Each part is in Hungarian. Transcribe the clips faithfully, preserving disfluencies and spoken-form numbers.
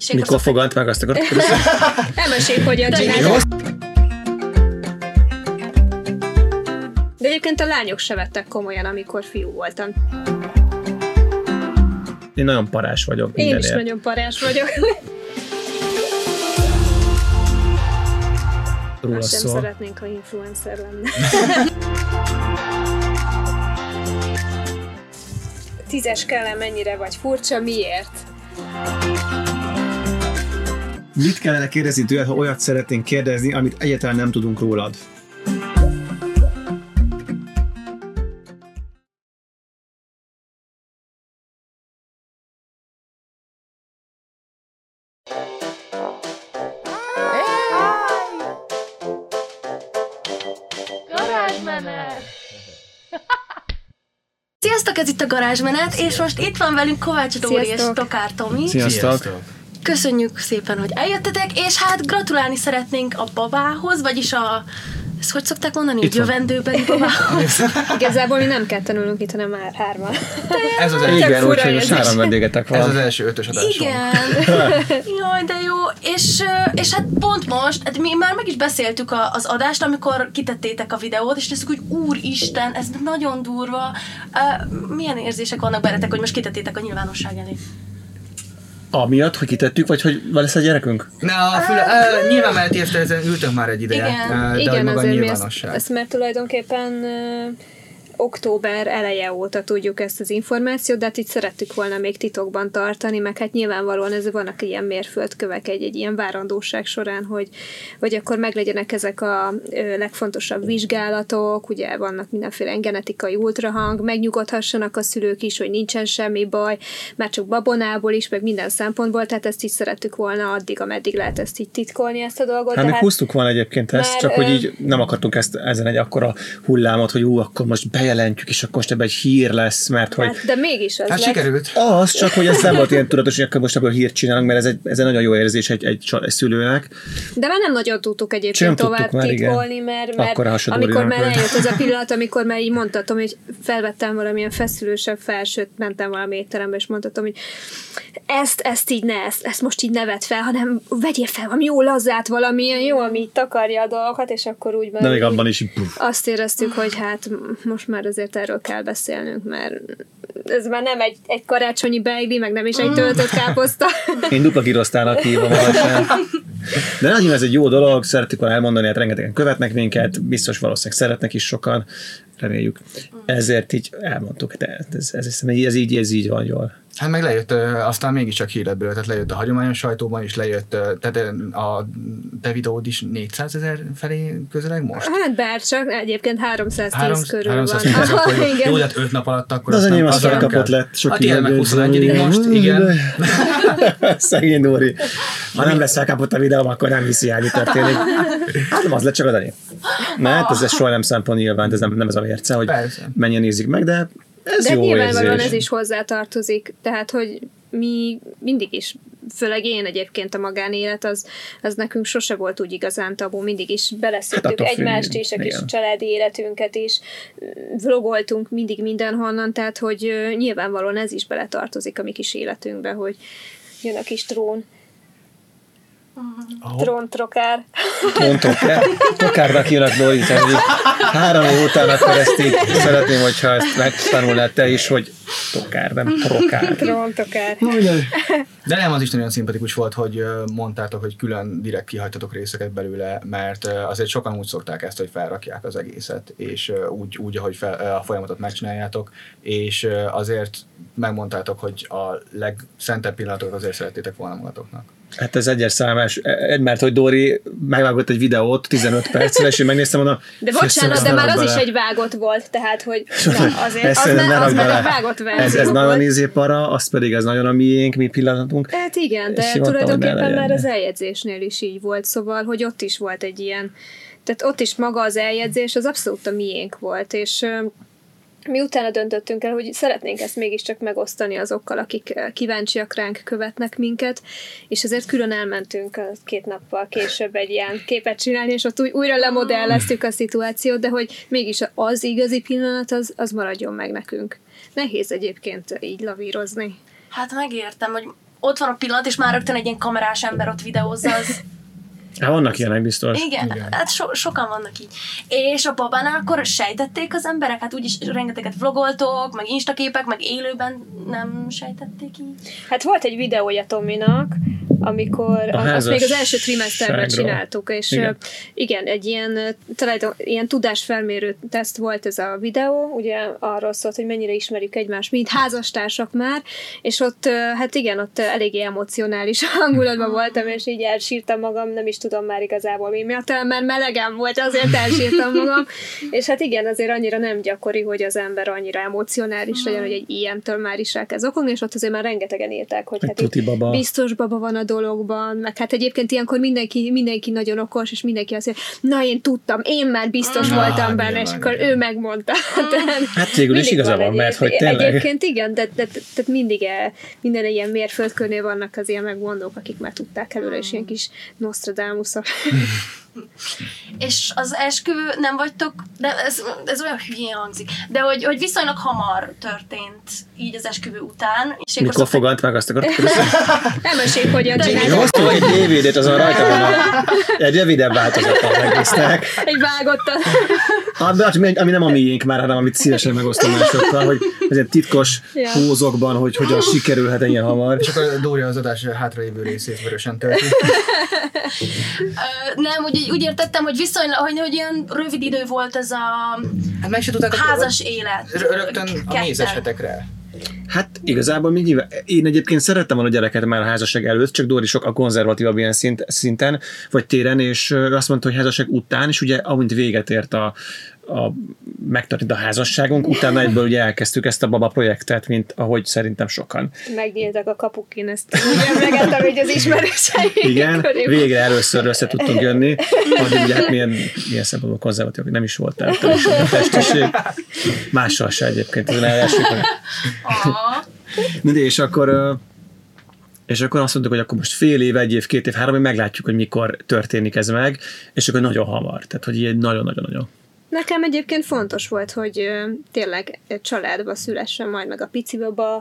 segítség. Mikor fogant meg azt akarod? Elmeséljük, hogyan csinálják. De egyébként a lányok se vettek komolyan, amikor fiú voltam. Én nagyon parás vagyok. Én is nagyon parás vagyok. Róla Azt sem szól. szeretnénk, ha influencer lenne. Tízes skálán mennyire vagy furcsa, miért? Mit kellene kérdezni tőled, ha olyat szeretnénk kérdezni, amit egyáltalán nem tudunk rólad? Sziasztok, ez itt a Garázsmenet, és most itt van velünk Kovács Dóri és Sziasztok. Tokár Tomi. Sziasztok! Köszönjük szépen, hogy eljöttetek, és hát gratulálni szeretnénk a babához, vagyis a... Ezt hogy szokták mondani? Itt jövendőbeli babához. Igazából mi nem ketten ülünk itt, hanem már hárman. Ez az első, Igen, fura úgyhogy most érzés. három vendégetek van. ez az első ötös adásunk. Igen. Jaj, de jó. És, és hát pont most, hát mi már meg is beszéltük a, az adást, amikor kitettétek a videót, és nézzük, hogy úristen, ez nagyon durva. Uh, milyen érzések vannak bennetek, hogy most kitettétek a nyilvánosság elé? Amiatt, hogy kitettük, vagy hogy lesz egy gyerekünk? Na, a füle, uh, nyilván mellett érte, ezen ültünk már egy ideje, Igen. uh, de Igen, hogy maga a azért mi ezt, nyilvánosság. ezt már tulajdonképpen uh, október eleje óta tudjuk ezt az információt, de hát itt szerettük volna még titokban tartani, meg hát nyilvánvalóan ez vannak ilyen mérföldkövek egy, egy ilyen várandóság során, hogy, hogy akkor meglegyenek ezek a ö, legfontosabb vizsgálatok, ugye vannak mindenféle genetikai ultrahang, megnyugodhassanak a szülők is, hogy nincsen semmi baj, már csak babonából is, meg minden szempontból, tehát ezt így szerettük volna addig, ameddig lehet ezt így titkolni, ezt a dolgot. Hát de még húztuk volna egyébként ezt, már, csak hogy ö- így nem akartunk ezt, ezen egy akkora hullámot, hogy ú, akkor most bejelentjük, és akkor most ebben egy hír lesz, mert hogy... Hát, de mégis az Hát lett. sikerült. Az, csak hogy ez nem volt ilyen tudatos, hogy akkor most ebből hírt csinálunk, mert ez egy, ez egy nagyon jó érzés egy, egy, egy szülőnek. De már nem nagyon tudtuk Sem egyébként tudtuk tovább már, igen. titkolni, mert, mert Akkora hasadó amikor Dórinak már vagy. eljött az a pillanat, amikor már így mondhatom, hogy felvettem valamilyen feszülősebb felsőt, mentem valami étterembe, és mondhatom, hogy ezt, ezt így ne, ezt, ezt most így ne vedd fel, hanem vegyél fel valami jó lazát, valamilyen jó, ami így takarja a dolgokat, és akkor úgy De még abban is így... azt éreztük, hogy hát most már azért erről kell beszélnünk, mert ez már nem egy, egy karácsonyi beigli, meg nem is egy töltött káposzta. Én dupla girosztának hívom alatt. De nagyon ez egy jó dolog, szeretjük volna elmondani, hát rengetegen követnek minket, biztos valószínűleg szeretnek is sokan, reméljük. Ezért így elmondtuk, de ez, ez, ez, ez, így, ez így van jól. Hát meg lejött, ö, aztán mégiscsak hír lett belőle, tehát lejött a hagyományos sajtóban is, lejött, ö, tehát ö, a te videód is négyszázezer felé közeleg most? Hát bár csak, egyébként háromszáztíz Három- körül háromszáztíz, van. akkor jó. Igen. Jó, de hát öt nap alatt akkor De az azt enyém nem- azt az nem felkapott kell. lett sok A tiéd meg megjegyzés. huszonegyedik most, igen. Szegény Dóri. Ha nem lesz felkapott a videóm, akkor nem hiszi el, mi történik. Hát nem az lett, csak az enyém. Mert ez, ez soha nem szempont nyilván, ez nem, nem ez a mérce, hogy Persze. mennyien nézik meg, de ez De jó nyilvánvalóan érzés. ez is hozzátartozik, tehát, hogy mi mindig is, főleg én egyébként a magánélet, az, az nekünk sose volt úgy igazán tabu, mindig is beleszültük Hát attól egymást függ, is, a kis igen. családi életünket is, vlogoltunk mindig mindenhonnan, tehát, hogy ö, nyilvánvalóan ez is beletartozik a mi kis életünkbe, hogy jön a kis trón, Oh. tróntrokár. Tróntokár. Tokárnak jönnek Dóri, tehát így három év után akkor ezt így szeretném, hogyha ezt megtanulnád te is, hogy tokár, nem trokár. Tróntokár. De nem, az is nagyon szimpatikus volt, hogy ö, mondtátok, hogy külön direkt kihagytatok részeket belőle, mert ö, azért sokan úgy szokták ezt, hogy felrakják az egészet, és ö, úgy, úgy ahogy fel, ö, a folyamatot megcsináljátok, és ö, azért megmondtátok, hogy a legszentebb pillanatokat azért szerettétek volna magatoknak. Hát ez egyes számás, mert hogy Dóri megvágott egy videót tizenöt percre, és én megnéztem, mondom, De bocsánat, de már az is egy vágott volt, tehát, hogy na, azért az, Ezt ne, ne az rakd már bele. egy vágott verzió Ez, ez nagyon volt. izépara, az pedig ez nagyon a miénk, mi pillanatunk. Hát igen, de És mondtam, hogy ne tulajdonképpen legyen. már az eljegyzésnél is így volt, szóval, hogy ott is volt egy ilyen, tehát ott is maga az eljegyzés, az abszolút a miénk volt, és ö, mi utána döntöttünk el, hogy szeretnénk ezt mégiscsak megosztani azokkal, akik ö, kíváncsiak ránk, követnek minket, és ezért külön elmentünk ö, két nappal később egy ilyen képet csinálni, és ott új, újra lemodelleztük a szituációt, de hogy mégis az igazi pillanat, az, az maradjon meg nekünk. Nehéz egyébként így lavírozni. Hát megértem, hogy ott van a pillanat, és már rögtön egy ilyen kamerás ember ott videózza, az... Hát vannak ilyenek biztos. Igen, Igen. hát so, sokan vannak így. És a babánál akkor sejtették az emberek? Hát úgyis rengeteget vlogoltok, meg instaképek, meg élőben nem sejtették így? Hát volt egy videója Tominak, amikor a azt még az első trimeszterben csináltuk, és igen. igen, egy ilyen, talán ilyen tudásfelmérő teszt volt ez a videó, ugye arról szólt, hogy mennyire ismerjük egymást, mint házastársak már, és ott, hát igen, ott eléggé emocionális hangulatban voltam, és így elsírtam magam, nem is tudom már igazából mi miatt, talán már melegem volt, azért elsírtam magam, és hát igen, azért annyira nem gyakori, hogy az ember annyira emocionális legyen, hogy egy ilyentől már is elkezd okogni, és ott azért már rengetegen írták, hogy hát itt baba. biztos baba van a dologban, meg hát egyébként ilyenkor mindenki, mindenki nagyon okos, és mindenki azt mondja, na én tudtam, én már biztos Na, voltam benne, és akkor ő megmondta. Hát végül is igaza van, mert hogy tényleg... Egyébként igen, de, de, de, de mindig el, minden ilyen mérföldkörnél vannak az ilyen megmondók, akik már tudták előre, és ilyen kis Nostradamusok. És az esküvő nem vagytok, de ez, ez olyan hülyén hangzik, de hogy, hogy viszonylag hamar történt így az esküvő után. És mikor szoktak... fogant meg azt akarod kérdezni? Elmeséljük, hogyan csináltak. Hoztunk egy dé vé dét, azon rajta van a, egy rövidebb változattal megnéztek. Egy vágottat. Ami, ami nem a miénk már, hanem amit szívesen megosztom másokkal, hogy ezért titkos ja. pózokban, hogy hogyan sikerülhet ilyen hamar. És akkor Dória az adás hátralévő részét vörösen tölti. Nem, úgy, úgy értettem, hogy viszonylag, hogy, hogy ilyen rövid idő volt ez a hát meg se tudták, házas élet. Rögtön a mézes hetekre. Hát igazából még nyilván, én egyébként szerettem volna a gyereket már a házasság előtt, csak Dóri sokkal konzervatívabb ilyen szint, szinten, vagy téren, és azt mondta, hogy házasság után, és ugye amint véget ért a, a megtörtént a házasságunk, utána egyből ugye elkezdtük ezt a baba projektet, mint ahogy szerintem sokan. Megnyíltak a kapuk, én ezt úgy emlegettem, hogy az ismerőseim. Igen, végre először össze tudtunk jönni, addig ugye hát milyen, milyen szempontból konzervatívak, nem is volt el a testiség. Mással se egyébként, ezen első. De és akkor és akkor azt mondtuk, hogy akkor most fél év, egy év, két év, három év, meglátjuk, hogy mikor történik ez meg, és akkor nagyon hamar, tehát hogy így nagyon-nagyon-nagyon. Nekem egyébként fontos volt, hogy ö, tényleg családba szülessen majd meg a pici baba,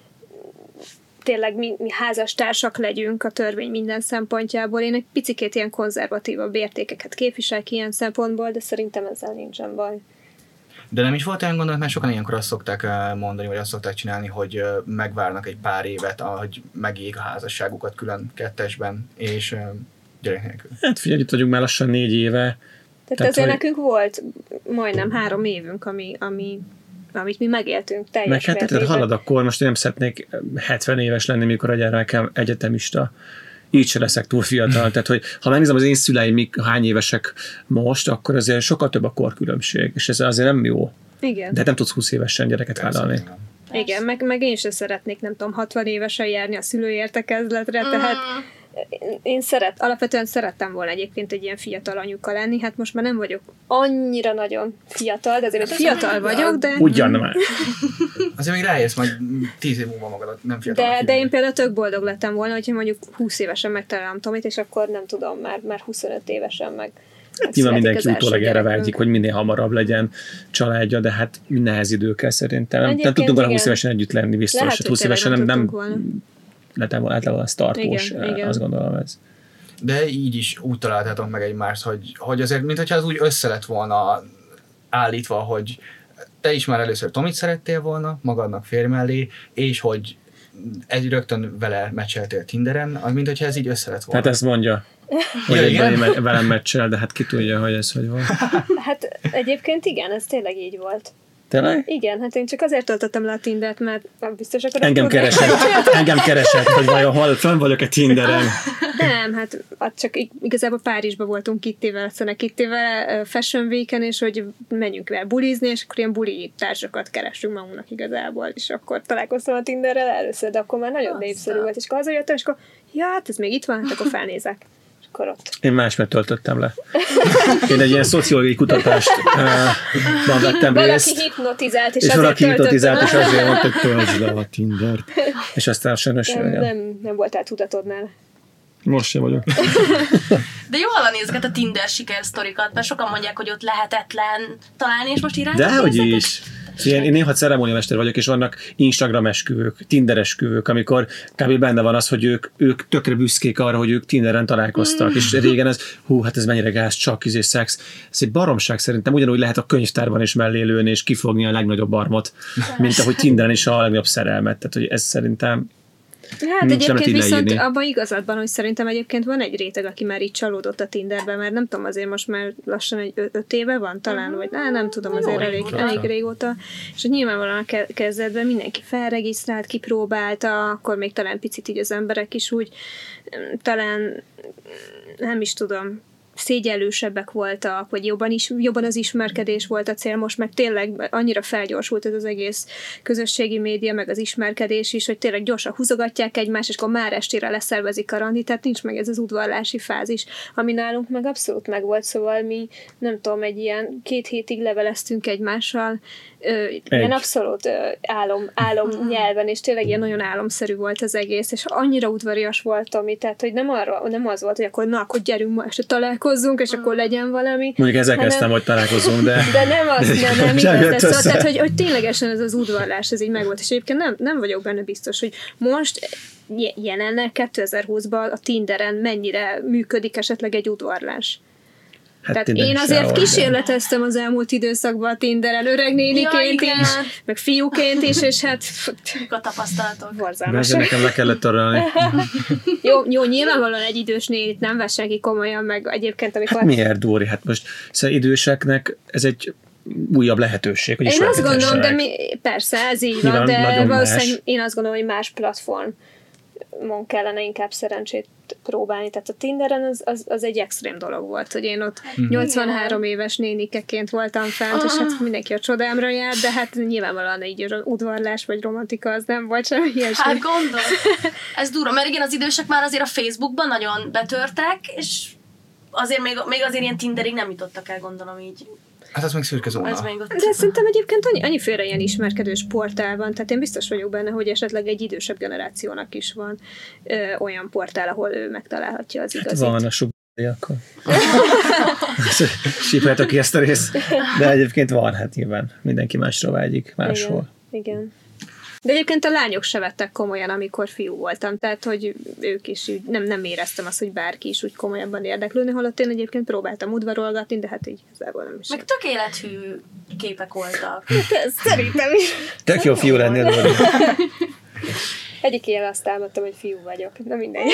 tényleg mi, mi házastársak legyünk a törvény minden szempontjából. Én egy picikét ilyen konzervatívabb értékeket képviselek ilyen szempontból, de szerintem ezzel nincsen baj. De nem is volt olyan gondolat, mert sokan ilyenkor azt szokták mondani, vagy azt szokták csinálni, hogy megvárnak egy pár évet, ahogy megég a házasságukat külön kettesben, és gyerek nélkül. Hát figyelj, itt vagyunk már lassan négy éve. Tehát, Tehát azért hogy... nekünk volt majdnem három évünk, ami, ami, amit mi megéltünk teljes meg hát tehát halad akkor, most én nem szeretnék hetven éves lenni, mikor a gyermekem egyetemista. Így se leszek túl fiatal. Tehát, hogy ha megnézem az én szüleim hány évesek most, akkor azért sokkal több a korkülönbség, és ez azért nem jó. Igen. De nem tudsz húsz évesen gyereket vállalni. Igen, meg, meg én sem szeretnék, nem tudom, hatvan évesen járni a szülői értekezletre, mm. tehát én szeret, alapvetően szerettem volna egyébként egy ilyen fiatal anyuka lenni, hát most már nem vagyok annyira nagyon fiatal, de azért fiatal vagyok, de... Ugyan már. Azért még ráérsz majd tíz év múlva magadat, nem fiatal. De, de én például tök boldog lettem volna, hogyha mondjuk húsz évesen megtalálom Tomit, és akkor nem tudom, már, már huszonöt évesen meg... Hát nyilván mindenki utólag erre vágyik, hogy minél hamarabb legyen családja, de hát mindenhez idő kell szerintem. Nem, nem tudtunk volna húsz évesen együtt lenni biztos. Lehet, hát húsz évesen nem, nem lehetett volna általában az tartós, igen, igen. Azt gondolom ez. De így is úgy találtátok meg egymást, hogy, hogy azért, mintha az úgy össze lett volna állítva, hogy te is már először Tomit szerettél volna magadnak férj mellé, és hogy egy rögtön vele meccseltél Tinderen, az mint hogyha ez így össze lett volna. Hát ezt mondja, hogy ja, egy velem meccsel, de hát ki tudja, hogy ez hogy volt. Hát egyébként igen, ez tényleg így volt. Tényleg? Igen, hát én csak azért töltöttem le a Tindert, mert biztos akkor... Engem keresett, engem keresett, hogy vajon hol fönn vagyok-e Tinderen. Nem, hát csak igazából Párizsban voltunk Kittivel, szóval Kittivel Fashion Weeken, és hogy menjünk el bulizni, és akkor ilyen buli társakat keressünk magunknak igazából, és akkor találkoztam a Tinderrel először, de akkor már nagyon népszerű volt, és akkor hazajöttem, és akkor ja, hát ez még itt van, hát akkor felnézek. Korott. Én másmert töltöttem le. Én egy ilyen szociológiai kutatást uh, vettem részt. Valaki hipnotizált, és, és azért valaki hipnotizált, és azért mondta, hogy töltsd le a Tindert. És aztán sajnos... Nem, nem, nem voltál tudatodnál. Most sem vagyok. De jó hallani ezeket a Tinder sikersztorikat, mert sokan mondják, hogy ott lehetetlen találni, és most így Dehogy is. Én, én néha ceremóniamester vagyok, és vannak Instagram esküvők, Tinder esküvők, amikor kb. Benne van az, hogy ők, ők tökre büszkék arra, hogy ők Tinderen találkoztak, mm. és régen ez, hú, hát ez mennyire gáz, csak izé szex. Ez egy baromság szerintem, ugyanúgy lehet a könyvtárban is mellé lőni, és kifogni a legnagyobb barmot, mint ahogy Tinderen is a legnagyobb szerelmet. Tehát, hogy ez szerintem Hát nincs, egyébként viszont leírni. Abban igazad van, hogy szerintem egyébként van egy réteg, aki már így csalódott a Tinderben, mert nem tudom, azért most már lassan egy ö- öt éve van talán, uh-huh. vagy á, nem tudom, azért elég, régóta. elég régóta. És nyilvánvalóan a kezdetben mindenki felregisztrált, kipróbálta, akkor még talán picit így az emberek is úgy, talán nem is tudom, szégyellősebbek voltak, vagy jobban, is, jobban az ismerkedés volt a cél, most meg tényleg annyira felgyorsult ez az egész közösségi média, meg az ismerkedés is, hogy tényleg gyorsan húzogatják egymást, és akkor már estére leszervezik a randi, tehát nincs meg ez az udvarlási fázis, ami nálunk meg abszolút meg volt, szóval mi, nem tudom, egy ilyen két hétig leveleztünk egymással, ö, ilyen abszolút ö, álom, álom nyelven, és tényleg ilyen nagyon álomszerű volt az egész, és annyira udvarias volt, ami, tehát, hogy nem, arra, nem az volt, hogy akkor na, akkor gyerünk ma este találkozzunk, és akkor legyen valami. Mondjuk ezzel hanem, kezdtem, hogy találkozzunk, de... De nem az, nem, nem igaz, szóval, tehát, hogy, hogy ténylegesen ez az udvarlás, ez így megvolt, és egyébként nem, nem vagyok benne biztos, hogy most jelenleg kétezer-húszban a Tinderen mennyire működik esetleg egy udvarlás. Hát tehát én azért kísérleteztem az elmúlt időszakban a Tinderen öreg néniként ja, is, meg fiúként is, és hát... a tapasztalatok. Borzalmas. De nekem le kellett törölni. jó, jó, nyilvánvalóan egy idős nénit nem vessen ki komolyan, meg egyébként amikor... Hát miért, Dóri? Hát most szóval időseknek ez egy újabb lehetőség, hogy én azt gondolom, de mi, persze, ez így van, de valószínűleg én azt gondolom, hogy más platformon kellene inkább szerencsét próbálni. Tehát a Tinderen az, az, az egy extrém dolog volt, hogy én ott mm. nyolcvanhárom éves nénikeként voltam fent, és hát mindenki a csodámra járt, de hát nyilvánvalóan így udvarlás vagy romantika az nem volt semmi ilyesmi. Hát gondol. Ez durva, mert igen, az idősek már azért a Facebookban nagyon betörtek, és azért még, még azért ilyen Tinderig nem jutottak el, gondolom így. Hát az meg szürke zóna. De szerintem egyébként annyi, annyiféle ilyen ismerkedős portál van, tehát én biztos vagyok benne, hogy esetleg egy idősebb generációnak is van ö, olyan portál, ahol ő megtalálhatja az igazit. Hát van a sugári, akkor. Sípeltek ki ezt a részt. De egyébként van, hát nyilván mindenki másra vágyik, máshol. Igen, igen. De egyébként a lányok se vettek komolyan, amikor fiú voltam, tehát hogy ők is úgy, nem, nem éreztem azt, hogy bárki is úgy komolyabban érdeklődni, holott én egyébként próbáltam udvarolgatni, de hát így igazából nem is. Meg tök élethű képek voltak. Hát, szerintem is. Tök jó fiú lennél, Dóri. Egyik éve azt álmodtam, hogy fiú vagyok. Na mindegy.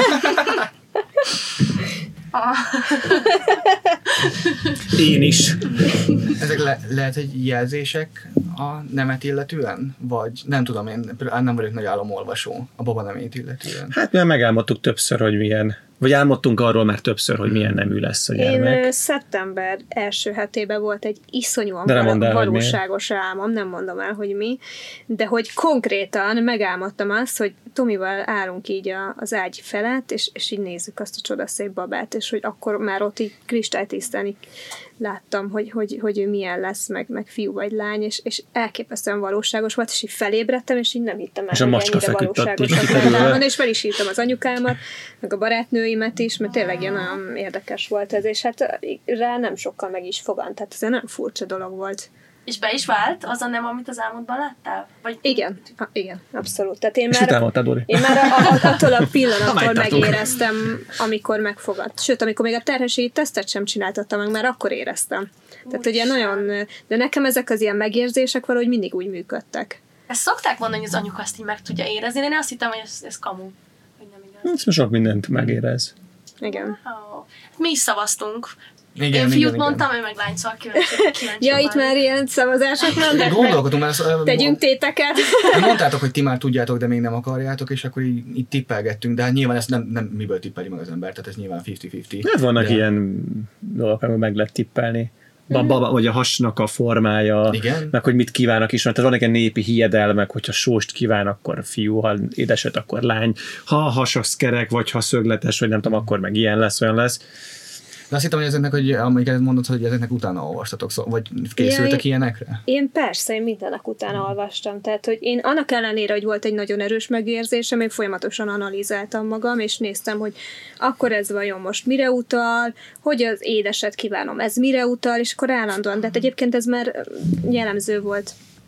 Én is. Ezek le- lehet egy jelzések a nemet illetően? Vagy nem tudom, én nem vagyok nagy álomolvasó a baba nemét illetően. Hát mi megálmodtuk többször, hogy milyen, vagy álmodtunk arról már többször, hogy milyen nemű lesz a gyermek. Én szeptember első hetében volt egy iszonyúan val- valóságos álmom, nem mondom el, hogy mi, de hogy konkrétan megálmodtam azt, hogy Tomival állunk így a, az ágy felett, és, és így nézzük azt a csodaszép babát, és hogy akkor már ott így kristálytisztán így láttam, hogy, hogy, hogy ő milyen lesz, meg, meg fiú vagy lány, és, és elképesztően valóságos volt, és így felébredtem, és így nem hittem el, és hogy ennyire valóságos volt. És fel is hívtam az anyukámat, meg a barátnőimet is, mert tényleg ilyen olyan érdekes volt ez, és hát rá nem sokkal meg is fogant, tehát ez egy nagyon furcsa dolog volt. És be is vált az a nem, amit az álmodban láttál? Vagy... Igen, a, igen, abszolút. Tehát én és már, utálmodtad, én már a, a, attól a pillanattól megéreztem, amikor megfogadt. Sőt, amikor még a terhességi tesztet sem csináltattam meg, már akkor éreztem. Tehát ugye nagyon, de nekem ezek az ilyen megérzések valahogy mindig úgy működtek. Ezt szokták mondani, hogy az anyuka azt így meg tudja érezni, de én azt hittem, hogy ez, ez kamu. Hogy nem igaz. Hát, sok mindent megérez. Igen. Oh. Mi is szavaztunk. Igen, én fiút igen, mondtam, igen. ő meg lány, szóval kíváncsi. kíváncsi ja, itt már ilyen szavazások vannak. Gondolkodunk már. Tegyünk téteket. Mondtátok, hogy ti már tudjátok, de még nem akarjátok, és akkor így, így tippelgettünk, de hát nyilván ezt nem, nem miből tippeli meg az ember, tehát ez nyilván fifty-fifty. Hát vannak de... ilyen dolgok, amikor meg lehet tippelni. Baba, vagy a hasnak a formája, igen? meg hogy mit kívánnak is. Tehát vannak ilyen népi hiedelmek, hogyha sóst kíván, akkor fiú, ha édeset, akkor lány. Ha a has az kerek, vagy ha szögletes, vagy nem tudom, akkor meg ilyen lesz, olyan lesz. De azt hittem, hogy ezeknek, hogy amiket mondod, hogy ezeknek utána olvastatok, szó, vagy készültek ja, ilyenekre? Én persze, én mindennek utána hmm. olvastam. Tehát, hogy én annak ellenére, hogy volt egy nagyon erős megérzésem, én folyamatosan analizáltam magam, és néztem, hogy akkor ez vajon most mire utal, hogy az édeset kívánom, ez mire utal, és akkor állandóan. De egyébként ez már jellemző volt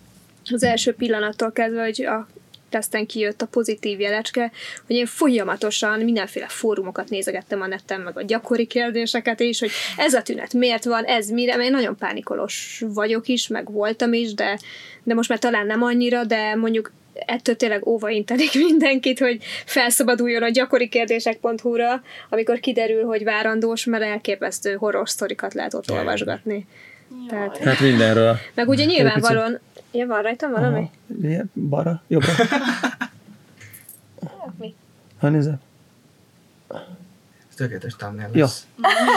az első pillanattól kezdve, hogy a teszten kijött a pozitív jelecske, hogy én folyamatosan mindenféle fórumokat nézegettem a neten, meg a gyakori kérdéseket is, hogy ez a tünet miért van, ez mire, mert én nagyon pánikolós vagyok is, meg voltam is, de, de most már talán nem annyira, de mondjuk ettől tényleg óvaintenék mindenkit, hogy felszabaduljon a gyakori kérdések pont hu-ra, amikor kiderül, hogy várandós, mert elképesztő horror sztorikat lehet ott Jaj. olvasgatni. Tehát, hát mindenről. meg ugye nyilvánvalóan ja, van rajtam valami? Aha. Balra? Jobbra? Mi? Ha nézem. Tökéletes thumbnail lesz.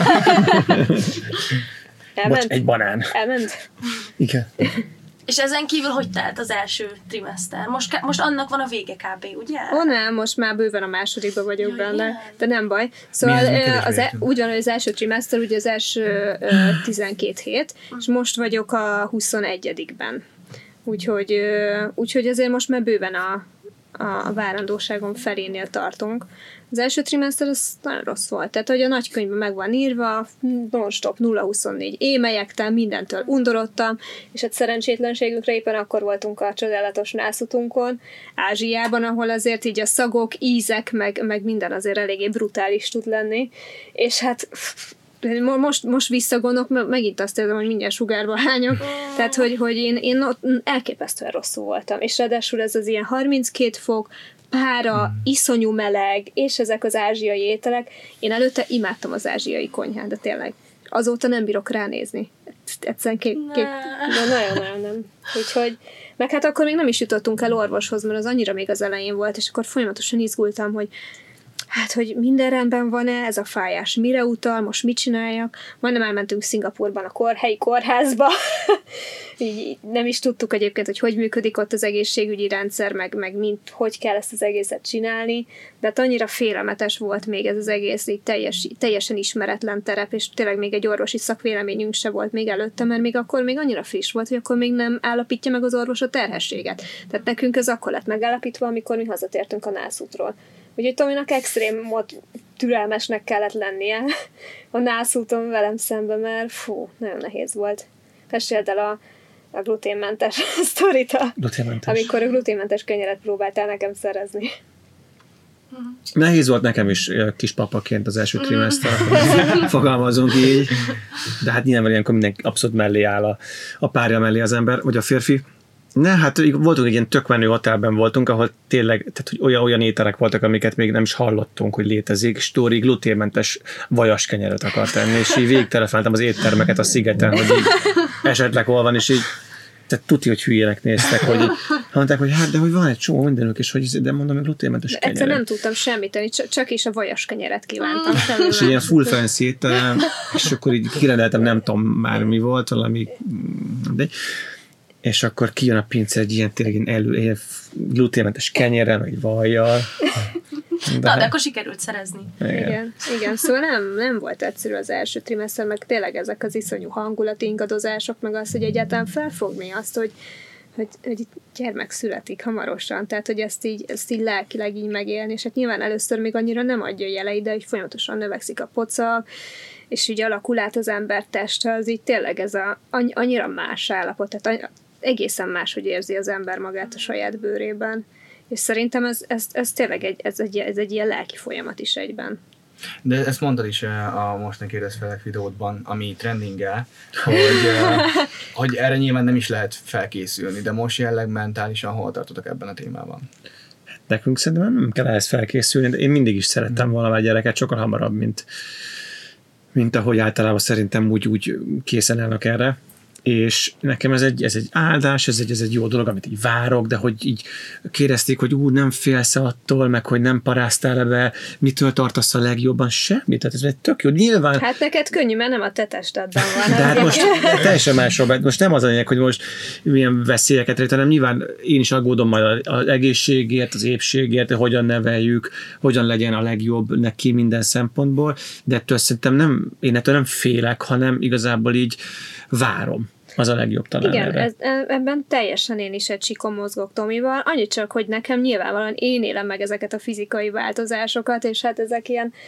Bocs, egy banán. Elment? Igen. És ezen kívül hogy telt az első trimester? Most, most annak van a vége kb, ugye? Ó, nem, most már bőven a másodikban vagyok Jaj, benne, ilyen. De nem baj. Szóval az e, úgy van, hogy az első trimester, ugye az első uh, tizenkét hét, mm. és most vagyok a huszonegyedikben. Úgyhogy, uh, úgyhogy azért most már bőven a, a várandóságom felénél tartunk. Az első trimester az nagyon rossz volt. Tehát, hogy a nagykönyvben meg van írva, non-stop nulla huszonnégy émelyektel, mindentől undorodtam, és hát szerencsétlenségünkre éppen akkor voltunk a csodálatos nászutunkon, Ázsiában, ahol azért így a szagok, ízek, meg, meg minden azért eléggé brutális tud lenni, és hát most, most visszagondolok, megint azt érzem, hogy mindjárt sugárba hányok, tehát, hogy, hogy én, én ott elképesztően rosszul voltam, és ráadásul ez az ilyen harminckét fok, pára, hmm. iszonyú meleg, és ezek az ázsiai ételek. Én előtte imádtam az ázsiai konyhát, de tényleg azóta nem bírok ránézni. Egyszerűen kép, kép, nagyon-nagyon nem. Úgyhogy, meg hát akkor még nem is jutottunk el orvoshoz, mert az annyira még az elején volt, és akkor folyamatosan izgultam, hogy hát, hogy minden rendben van-e, ez a fájás mire utal, most mit csináljak. Majdnem elmentünk Szingapurban a kor, helyi kórházba. Így nem is tudtuk egyébként, hogy hogy működik ott az egészségügyi rendszer, meg, meg mint, hogy kell ezt az egészet csinálni. De hát annyira félelmetes volt még ez az egész, így teljes, teljesen ismeretlen terep, és tényleg még egy orvosi szakvéleményünk se volt még előtte, mert még akkor még annyira friss volt, hogy akkor még nem állapítja meg az orvos a terhességet. Tehát nekünk ez akkor lett megállapítva, amikor mi hazatértünk a nászútról. Úgyhogy Tominak extrém mód türelmesnek kellett lennie a nászúton velem szemben, mert fú, nagyon nehéz volt. Meséld el a, a gluténmentes sztorit, amikor a gluténmentes kenyeret próbáltál nekem szerezni. Nehéz volt nekem is kispapaként az első trimester, fogalmazunk így, de hát nyilván ilyenkor mindenki abszolút mellé áll a, a párja mellé az ember, vagy a férfi. Ne, hát voltunk egy ilyen tök menő hotelben voltunk, ahol tényleg, tehát hogy olyan, olyan ételek voltak, amiket még nem is hallottunk, hogy létezik. Stóri gluténmentes vajas kenyeret akart tenni, és így végig telefonáltam az éttermeket a szigeten, hogy így esetleg hol van, és így tehát tuti, hogy hülyének néztek, hogy így, mondták, hogy hát, de hogy van egy csomó mindenük, és hogy de mondom, hogy gluténmentes kenyeret. Egyszer nem tudtam semmit tenni, csak is a vajas kenyeret kívántam. Mm. És ilyen full fancy étterem, és akkor így kirendeltem, nem tudom már mi volt, valami, de és akkor kijön a pince egy ilyen tényleg elő, ilyen gluténmentes kenyerrel, vagy vajjal. De, Na, de akkor sikerült szerezni. Igen. igen, igen. Szóval nem, nem volt egyszerű az első trimester, meg tényleg ezek az iszonyú hangulati ingadozások, meg az, hogy egyáltalán felfogni azt, hogy, hogy, hogy gyermek születik hamarosan, tehát, hogy ezt így, ezt így lelkileg így megélni, és hát nyilván először még annyira nem adja jelei, de hogy folyamatosan növekszik a pocak, és így alakul át az ember teste, az így tényleg ez a, annyira más állapot, tehát egészen más, hogy érzi az ember magát a saját bőrében. És szerintem ez, ez, ez tényleg egy, ez egy, ez egy ilyen lelki folyamat is egyben. De ezt mondtad is a mostani kérdezfelek videódban, ami trendingel, hogy, hogy erre nyilván nem is lehet felkészülni, de most jelleg mentálisan hol tartotok ebben a témában? Nekünk szerintem nem kell ehhez felkészülni, de én mindig is szerettem hmm. valamely gyereket sokkal hamarabb, mint, mint ahogy általában szerintem úgy, úgy készen állnak erre. És nekem ez egy, ez egy áldás, ez egy, ez egy jó dolog, amit így várok, de hogy így kérdezték, hogy úgy nem félsz attól, meg hogy nem paráztál be, mitől tartasz a legjobban, semmi. Tehát ez egy tök jó. Nyilván... Hát neked könnyű, mert nem a te testedben van. De hát most teljesen másról, most nem az a lényeg, hogy most milyen veszélyeket rejt, hanem nyilván én is aggódom majd az egészségért, az épségért, hogyan neveljük, hogyan legyen a legjobb neki minden szempontból, de ettől szerintem nem, én ettől nem félek, hanem igazából így várom. Az a legjobb talán. Igen, ez, ebben teljesen én is egy sikon mozgok Tomival, annyit csak, hogy nekem nyilvánvalóan én élem meg ezeket a fizikai változásokat, és hát ezek ilyen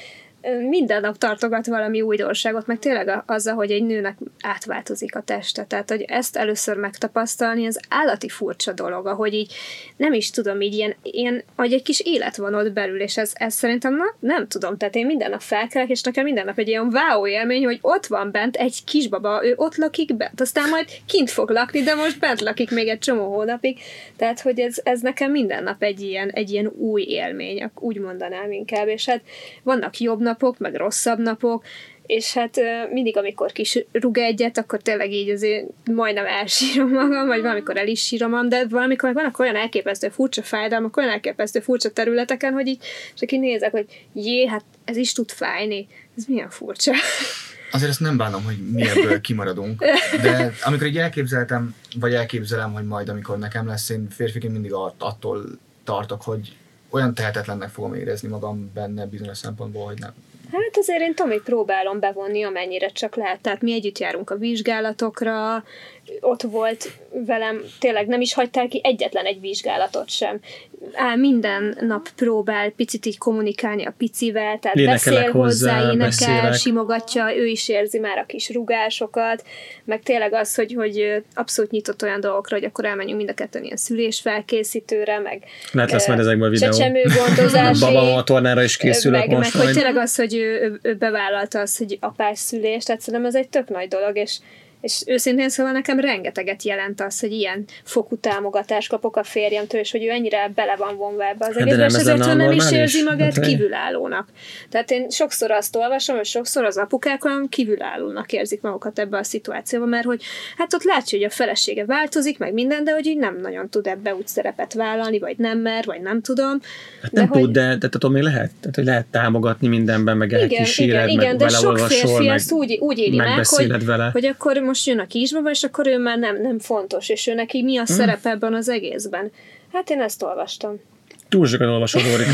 minden nap tartogat valami újdonságot, meg tényleg azzal, hogy egy nőnek átváltozik a teste. Tehát, hogy ezt először megtapasztalni, az állati furcsa dolog, ahogy így nem is tudom, így ilyen, ilyen hogy egy kis élet van ott belül, és ez, ez szerintem na, nem tudom. Tehát én minden nap felkelek, és nekem minden nap egy ilyen wow élmény, hogy ott van bent egy kisbaba, ő ott lakik bent, aztán majd kint fog lakni, de most bent lakik még egy csomó hónapig. Tehát, hogy ez, ez nekem minden nap egy ilyen, egy ilyen új élmény, úgy mondanám inkább, és hát vannak jobb napok, meg rosszabb napok, és hát mindig, amikor kis rug egyet, akkor tényleg így azért majdnem elsírom magam, vagy valamikor el is sírom magam, de valamikor meg vannak olyan elképesztő furcsa fájdalmak, olyan elképesztő furcsa területeken, hogy így csak így nézek, hogy jé, hát ez is tud fájni. Ez milyen furcsa. Azért ezt nem bánom, hogy mi ebből kimaradunk, de amikor így elképzeltem, vagy elképzelem, hogy majd amikor nekem lesz, én férfiként mindig attól tartok, hogy olyan tehetetlennek fogom érezni magam benne bizonyos szempontból, hogy nem. Hát azért én Tomit próbálom bevonni, amennyire csak lehet. Tehát mi együtt járunk a vizsgálatokra, ott volt velem, tényleg nem is hagytál ki egyetlen egy vizsgálatot sem. Á, minden nap próbál picit így kommunikálni a picivel, tehát Énekelek beszél hozzá, hozzá, énekel, beszélek. Simogatja, ő is érzi már a kis rugásokat, meg tényleg az, hogy, hogy abszolút nyitott olyan dolgokra, hogy akkor elmenjünk mind a ketten ilyen szülésfelkészítőre, meg Lehet lesz majd ezekből a videó. csecsemőgondozási, Baba a tornára is készülök meg, most meg majd. hogy tényleg az, hogy ő, ő, ő bevállalta azt, hogy apás szülés, tehát szerintem ez egy tök nagy dolog, és És őszintén szóval nekem rengeteget jelent az, hogy ilyen fokú támogatást kapok a férjemtől, és hogy ő ennyire bele van vonva ebbe az egészbe, és ezért ő nem is érzi magát hát, kívülállónak. Tehát én sokszor azt olvasom, és sokszor az apukák olyan kívülállónak érzik magukat ebbe a szituációba, mert hogy hát ott látja, hogy a felesége változik, meg minden, de hogy így nem nagyon tud ebbe úgy szerepet vállalni, vagy nem mer, vagy nem tudom. Hát nem de tud, hogy... de, de attól még lehet. Tehát, hogy lehet támogatni mindenben, meg elkíséred, igen, igen, meg de sok férfi meg ezt úgy, úgy éli meg, hogy, vele. hogy akkor most jön a kisbaba, és akkor ő már nem, nem fontos, és ő neki mi a hmm. szerep ebben az egészben. Hát én ezt olvastam. Túl sokat olvasod, Lórika.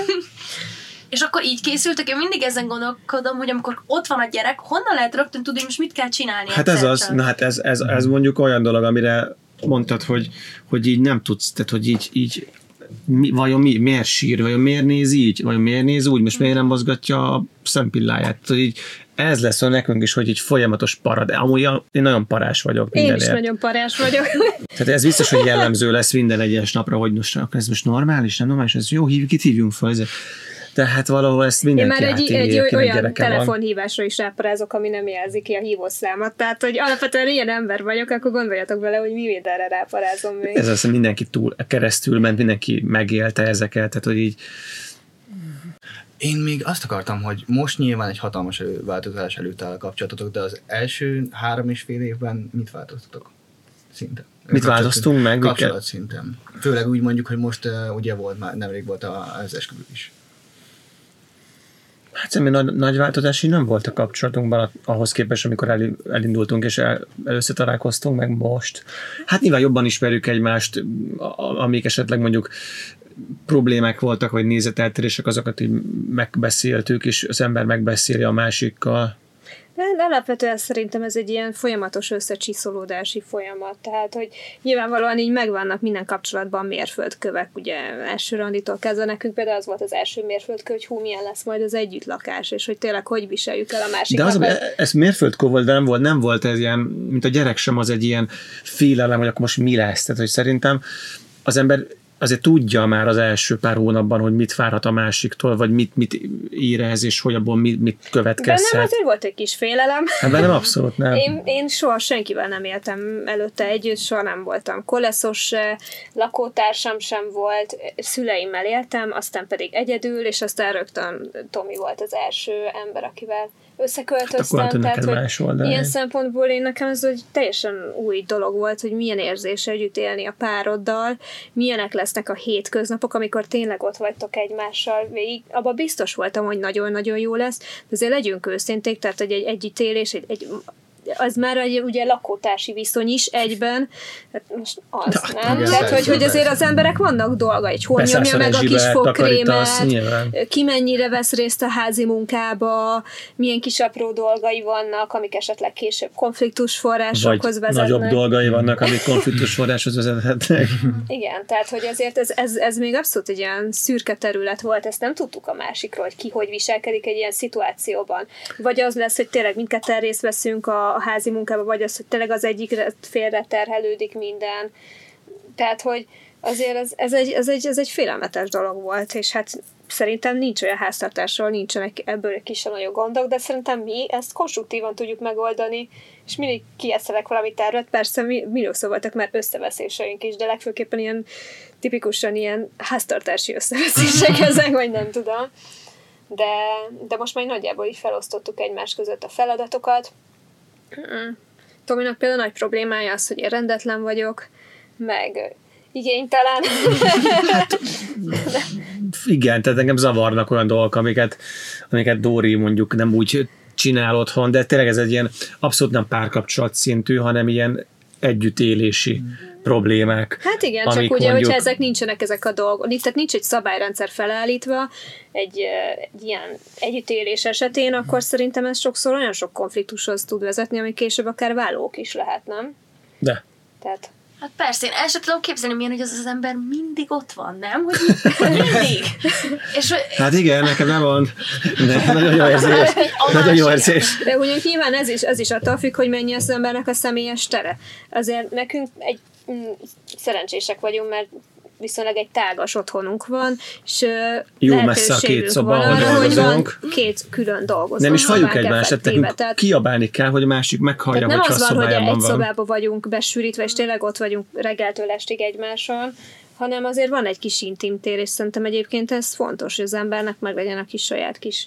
És akkor így készültek, én mindig ezen gondolkodom, hogy amikor ott van a gyerek, honnan lehet rögtön tudni, hogy most mit kell csinálni? Hát ez az, na hát ez, ez, ez mondjuk olyan dolog, amire mondtad, hogy, hogy így nem tudsz, tehát hogy így, így mi, vajon mi, miért sír, vajon miért néz így, vajon miért néz úgy, most miért nem mozgatja a szempilláját, tehát így ez lesz a nekünk is, hogy így folyamatos para, de amúgy én nagyon parás vagyok mindenért. Én is nagyon parás vagyok. Tehát ez biztos, hogy jellemző lesz minden egyes napra, hogy most ez most normális, nem normális, ez jó, hívjuk, itt hívjunk fel. Tehát valahol ezt mindenki Én már egy, egy olyan telefonhívásra van. is ráparázok, ami nem jelzi ki a hívószámot. Tehát, hogy alapvetően ilyen ember vagyok, akkor gondoljatok bele, hogy mi mindenre ráparázom még. Ez az, mindenki túl keresztül ment, mindenki megélte ezeket, tehát hogy így. Én még azt akartam, hogy most nyilván egy hatalmas változás előtt áll a kapcsolatotok, de az első három és fél évben mit változtatok? Szinte. Mit változtunk meg? Kapcsolat szinten. Főleg úgy mondjuk, hogy most uh, ugye volt már, nemrég volt az esküvő is. Hát szerintem nagy, nagy változás így nem volt a kapcsolatunkban ahhoz képest, amikor el, elindultunk és el, először találkoztunk, meg most. Hát nyilván jobban ismerjük egymást, amik esetleg mondjuk problémák voltak, vagy nézeteltérések, azokat így megbeszéltük, és az ember megbeszéli a másikkal. De alapvetően szerintem ez egy ilyen folyamatos összecsiszolódási folyamat, tehát, hogy nyilvánvalóan így megvannak minden kapcsolatban mérföldkövek, ugye első randitól kezdve nekünk például az volt az első mérföldkő, hogy hú, milyen lesz majd az együttlakás, és hogy tényleg hogy viseljük el a másikat. De az, ez mérföldkő volt, de nem volt, nem volt ez ilyen, mint a gyerek sem az egy ilyen félelem, hogy akkor most mi lesz. Tehát, hogy szerintem az ember azért tudja már az első pár hónapban, hogy mit várhat a másiktól, vagy mit, mit érez, és hogy abból mit, mit következhet. Bennem azért volt egy kis félelem. Hát bennem abszolút nem. Én, én soha senkivel nem éltem előtte együtt, soha nem voltam koleszos se, lakótársam sem volt, szüleimmel éltem, aztán pedig egyedül, és aztán rögtön Tomi volt az első ember, akivel összeköltöztem, hát tehát más hogy oldal, ilyen szempontból én nekem ez egy teljesen új dolog volt, hogy milyen érzés együtt élni a pároddal, milyenek lesznek a hétköznapok, amikor tényleg ott vagytok egymással végig. Abban biztos voltam, hogy nagyon-nagyon jó lesz, de azért legyünk őszinték, tehát hogy egy együttélés, egy, egy az már egy, ugye lakótársi viszony is egyben, hát most az, De, nem? igen, Tehát, hogy, hogy azért az emberek vannak dolga, hogy hol nyomja meg a kis fogkrémet, ki mennyire vesz részt a házi munkába, milyen kis apró dolgai vannak, amik esetleg később konfliktusforrásokhoz vezetnek. Nagyobb dolgai vannak, amik konfliktusforráshoz vezethetnek. Igen, tehát, hogy azért ez, ez, ez még abszolút egy ilyen szürke terület volt, ezt nem tudtuk a másikról, hogy ki hogy viselkedik egy ilyen szituációban. Vagy az lesz, hogy tényleg mindketten részt veszünk a, a házi munkába, vagy az, hogy tényleg az egyik félre terhelődik minden. Tehát, hogy azért ez, ez, egy, ez, egy, ez egy félelmetes dolog volt, és hát szerintem nincs olyan háztartásról, nincsenek ebből kis nagyobb gondok, de szerintem mi ezt konstruktívan tudjuk megoldani, és mindig kieszelek valami tervet, persze mi, mi voltak már összeveszéseink is, de legfőképpen ilyen tipikusan ilyen háztartási összeveszések ezek, vagy nem tudom. De, de most már nagyjából így felosztottuk egymás között a feladatokat. Tominak például nagy problémája az, hogy én rendetlen vagyok, meg igénytelen. Hát, igen, tehát engem zavarnak olyan dolgok, amiket, amiket Dóri mondjuk nem úgy csinál otthon, de tényleg ez egy ilyen abszolút nem párkapcsolat szintű, hanem ilyen együttélési mm. problémák. Hát igen, csak ugye, mondjuk... hogyha ezek nincsenek ezek a dolgok, tehát nincs egy szabályrendszer felállítva egy, egy ilyen együttélés esetén, akkor szerintem ez sokszor olyan sok konfliktushoz tud vezetni, ami később akár válók is lehet, nem? De. Tehát... Hát persze, én el sem tudom képzelni, milyen, hogy az az ember mindig ott van, nem? Hogy mindig. És, hát igen, nekem nem van. De nagyon jó érzés. Nagyon jó érzés. De ugyan nyilván ez is, ez is attól függ, hogy mennyi az embernek a személyes tere. Azért nekünk egy mm, szerencsések vagyunk, mert viszonylag egy tágas otthonunk van, és jó messze a két szoba, ahol dolgozunk. Két külön dolgozunk. Nem is halljuk egymást, nekünk tehát kiabálni kell, hogy a másik meghallja, hogyha a szobájában van. Nem az van, hogy egy szobában vagyunk besűrítve, és tényleg ott vagyunk reggeltől estig egymáson, hanem azért van egy kis intim tér, és szerintem egyébként ez fontos, hogy az embernek meg legyen a kis saját kis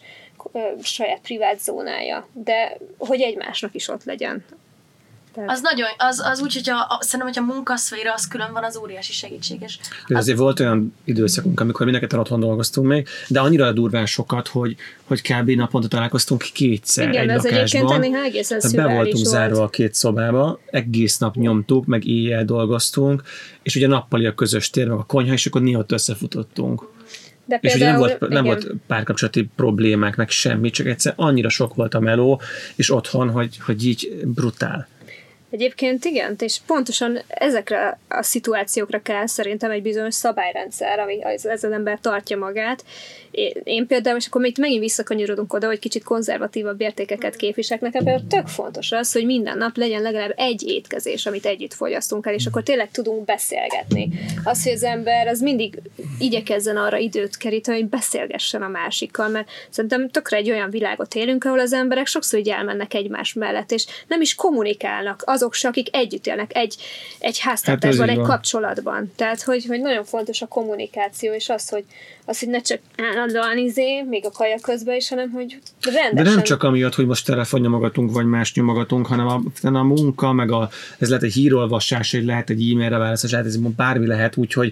saját privát zónája, de hogy egymásnak is ott legyen. Tehát. Az nagyon, az, az úgy, hogyha a, szerintem, hogyha munkaszféra az külön van, az óriási segítséges. Az... Azért volt olyan időszakunk, amikor mindenketten otthon dolgoztunk még, de annyira durván sokat, hogy, hogy kb. Naponta találkoztunk kétszer. Igen, egy ez lakásban. Egyébként egészen be voltunk volt. Zárva a két szobába, egész nap nyomtuk, meg éjjel dolgoztunk, és ugye nappali a közös tér, meg a konyha, és akkor néha ott összefutottunk. De és például, ugye nem volt, nem volt párkapcsolati problémák, meg semmi, csak egyszer annyira sok volt a meló, és otthon, hogy, hogy így brutál. Egyébként igen, és pontosan ezekre a szituációkra kell szerintem egy bizonyos szabályrendszer, ami ez az ember tartja magát. Én, én például, és akkor itt megint visszakanyarodunk oda, hogy kicsit konzervatívabb értékeket képviselek. Nekem például tök fontos az, hogy minden nap legyen legalább egy étkezés, amit együtt fogyasztunk el, és akkor tényleg tudunk beszélgetni. Az, hogy az ember az mindig igyekezzen arra időt keríteni, hogy beszélgessen a másikkal, mert szerintem tökre egy olyan világot élünk, ahol az emberek sokszor így elmennek egymás mellett, és nem is kommunikálnak azok se, akik együtt élnek egy, egy háztartásban, hát egy kapcsolatban. Tehát, hogy, hogy nagyon fontos a kommunikáció, és az, hogy, az, hogy ne csak állandóan izé, még a kaja közben is, hanem hogy rendesen. De nem csak amiatt, hogy most telefonnyomogatunk, vagy más nyomogatunk, hanem a, a munka, meg a, ez lehet egy hírolvasás, hogy lehet egy e-mailre válaszolás, lehet ez bármi lehet, úgyhogy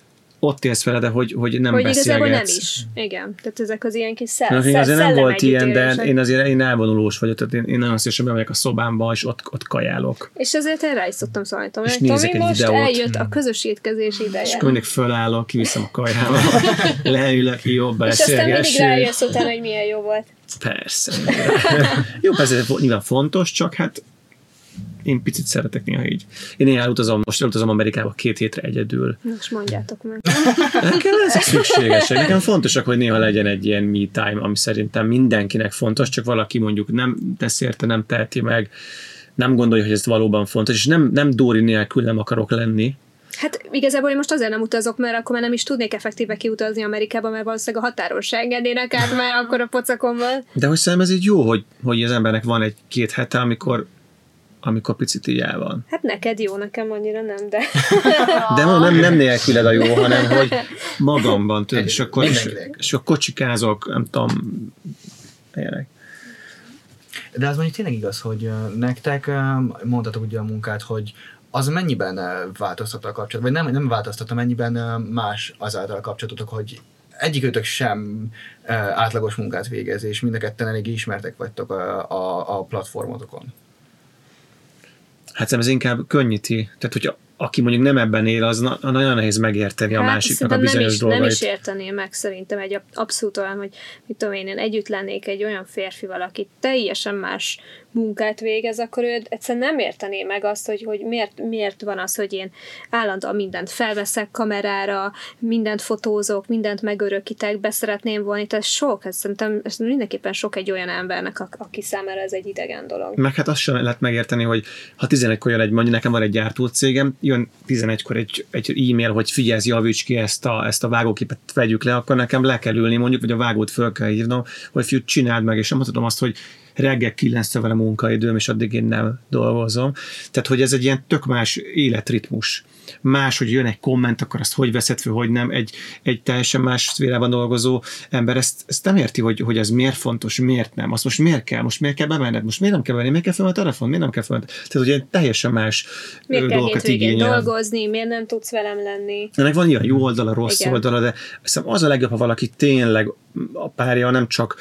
ott élsz vele, de hogy, hogy nem hogy beszélgetsz. Hogy igazából nem is. Igen. Tehát ezek az ilyen kis szell- Na, szell- azért nem volt ilyen, de élések. én azért én elvonulós vagyok, tehát én, én nagyon szívesen bemegyek a szobámba, és ott, ott kajálok. És azért én rá is szoktam szólni, Tomi, és nézek egy most videót. eljött a közös étkezés ideje. És akkor mindig fölállok, kiviszem a kajába, leülök, jó, beszélgessünk. És aztán mindig rájössz utána, hogy milyen jó volt. Persze. Jó, persze, nyilván fontos, csak hát én picit szeretek néha így. Én néha elutazom, most elutazom Amerikába két hétre egyedül. Most mondjátok meg. Nekem ezek szükségesek. Nekem fontosak, hogy néha legyen egy ilyen me time, ami szerintem mindenkinek fontos, csak valaki mondjuk nem tesz érte, nem teheti meg, nem gondolja, hogy ez valóban fontos, és nem, nem Dóri nélkül nem akarok lenni. Hát igazából én most azért nem utazok, mert akkor már nem is tudnék effektíve kiutazni Amerikába, mert valószínűleg a határon se engednének át már akkor a pocakomban. De hogy szerintem ez így jó, hogy, hogy az embernek van egy-két hete, amikor amikor picit így el van. Hát neked jó, nekem annyira nem, de... De mondom, nem, nem nélküled a jó, hanem hogy magamban, tudod, és akkor, és, és akkor kocsikázok, nem tudom, ilyenek. De az mondjuk tényleg igaz, hogy nektek mondhatok ugye a munkát, hogy az mennyiben változtatta a kapcsolat, vagy nem, nem változtatta, mennyiben más azáltal a kapcsolatotok, hogy egyikőtök sem átlagos munkát végez, és mind a ketten eléggé ismertek vagytok a, a, a platformotokon. Hát ez inkább könnyíti. Tehát, hogy aki mondjuk nem ebben él, az na- nagyon nehéz megérteni hát, a másiknak a bizonyos nem is, dolgait. Nem is értené meg szerintem egy abszolút olyan, hogy mit tudom én, én együtt lennék egy olyan férfival, aki teljesen más munkát végez, akkor ő egyszerűen nem értené meg azt, hogy, hogy miért, miért van az, hogy én állandóan mindent felveszek kamerára, mindent fotózok, mindent megörökítek, beszeretném volni, tehát sok, ez szerintem ez mindenképpen sok egy olyan embernek, aki számára ez egy idegen dolog. Meg hát azt sem lehet megérteni, hogy ha tizenegykor jön egy, mondjuk nekem van egy gyártócégem, jön tizenegykor egy, egy e-mail, hogy figyelj, javíts ki ezt a, ezt a vágóképet, vegyük le, akkor nekem le kell ülni, mondjuk, vagy a vágót föl kell írnom, hogy fiú, csináld meg, és nem tudom azt, hogy reggel kilenctől vele munkaidőm, és addig én nem dolgozom. Tehát, hogy ez egy ilyen tök más életritmus. Más, hogy jön egy komment, akkor azt hogy veszed fel, hogy nem. Egy, egy teljesen más szférában dolgozó ember ezt, ezt nem érti, hogy, hogy ez miért fontos, miért nem. Azt most miért kell, most miért kell bemenned, most miért nem kell venni, miért kell fel a telefon, miért nem kell fel. Tehát, hogy teljesen más miért dolgokat kell igényel. dolgozni, miért nem tudsz velem lenni. Ennek van ilyen jó oldala, rossz Igen. oldala, de hiszem az a legjobb, ha valaki tényleg a párja nem csak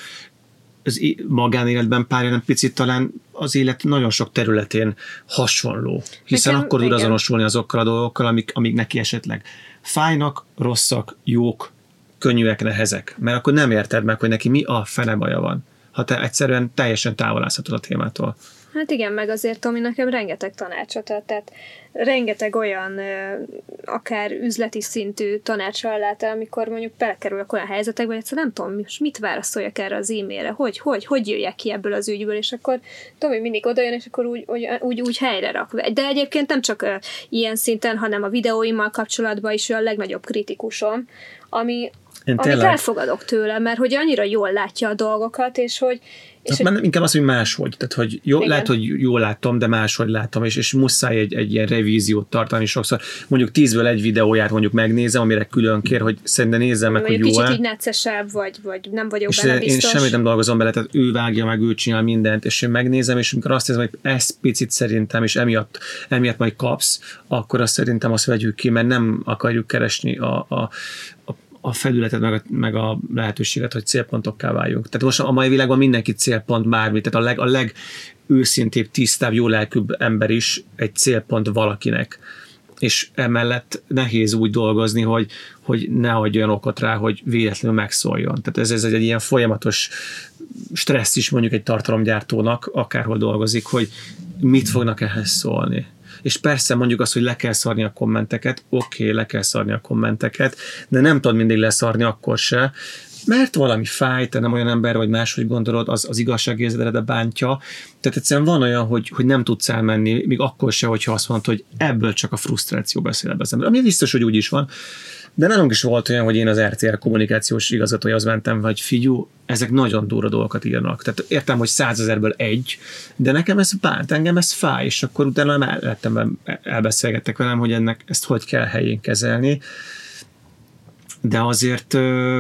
az magánéletben párja, nem picit talán az élet nagyon sok területén hasonló. Hiszen Nekem, akkor tud igen. azonosulni azokkal a dolgokkal, amik, amik neki esetleg fájnak, rosszak, jók, könnyűek, nehezek. Mert akkor nem érted meg, hogy neki mi a fene baja van. Ha te egyszerűen teljesen távol állhatod a témától. Hát igen, meg azért, Tomi, nekem rengeteg tanácsot ad, tehát rengeteg olyan akár üzleti szintű tanácssal lát el, amikor mondjuk belekerülök olyan helyzetekbe, hogy egyszerűen nem tudom, most mit válaszoljak erre az e-mailre, hogy, hogy, hogy jöjjek ki ebből az ügyből, és akkor Tomi mindig odajön, és akkor úgy, úgy, úgy, úgy helyre rak. De egyébként nem csak ilyen szinten, hanem a videóimmal kapcsolatban is ő a legnagyobb kritikusom, ami, amit elfogadok tőle, mert hogy annyira jól látja a dolgokat, és hogy És hát hogy... inkább az, hogy máshogy. Tehát, hogy jó, lehet, hogy jól látom, de máshogy látom, és, és muszáj egy, egy ilyen revíziót tartani sokszor. Mondjuk tízből egy videóját mondjuk megnézem, amire külön kér, hogy szerintem nézzem meg, hogy jó-e. Kicsit így neccesebb, vagy, vagy nem vagyok és benne biztos. Én semmit nem dolgozom bele, tehát ő vágja meg, ő csinál mindent, és én megnézem, és amikor azt érzem, hogy ez picit szerintem, és emiatt, emiatt majd kapsz, akkor azt szerintem azt vegyük ki, mert nem akarjuk keresni a, a, a a felületet, meg a, meg a lehetőséget, hogy célpontokká váljunk. Tehát most a mai világban mindenki célpont bármi, tehát a, leg, a legőszintébb, tisztább, jó lelkűbb ember is egy célpont valakinek. És emellett nehéz úgy dolgozni, hogy, hogy ne adjon okot rá, hogy véletlenül megszóljon. Tehát ez, ez egy ilyen folyamatos stressz is mondjuk egy tartalomgyártónak, akárhol dolgozik, hogy mit fognak ehhez szólni. És persze mondjuk azt, hogy le kell szarni a kommenteket, oké, okay, le kell szarni a kommenteket, de nem tudod mindig leszarni akkor se, mert valami fáj, te nem olyan ember, vagy máshogy gondolod, az, az igazságérzetedet bántja. Tehát egyszerűen van olyan, hogy, hogy nem tudsz elmenni, még akkor se, hogyha azt mondod, hogy ebből csak a frusztráció beszél ebbe az ember. Ami biztos, hogy úgy is van. De nálunk is volt olyan, hogy én az er té el kommunikációs igazgatójához mentem, hogy figyú, ezek nagyon durva dolgokat írnak. Tehát értem, hogy százezerből egy, de nekem ez bánt, engem ez fáj, és akkor utána mellettem elbeszélgettek velem, hogy ennek ezt hogy kell helyén kezelni. De azért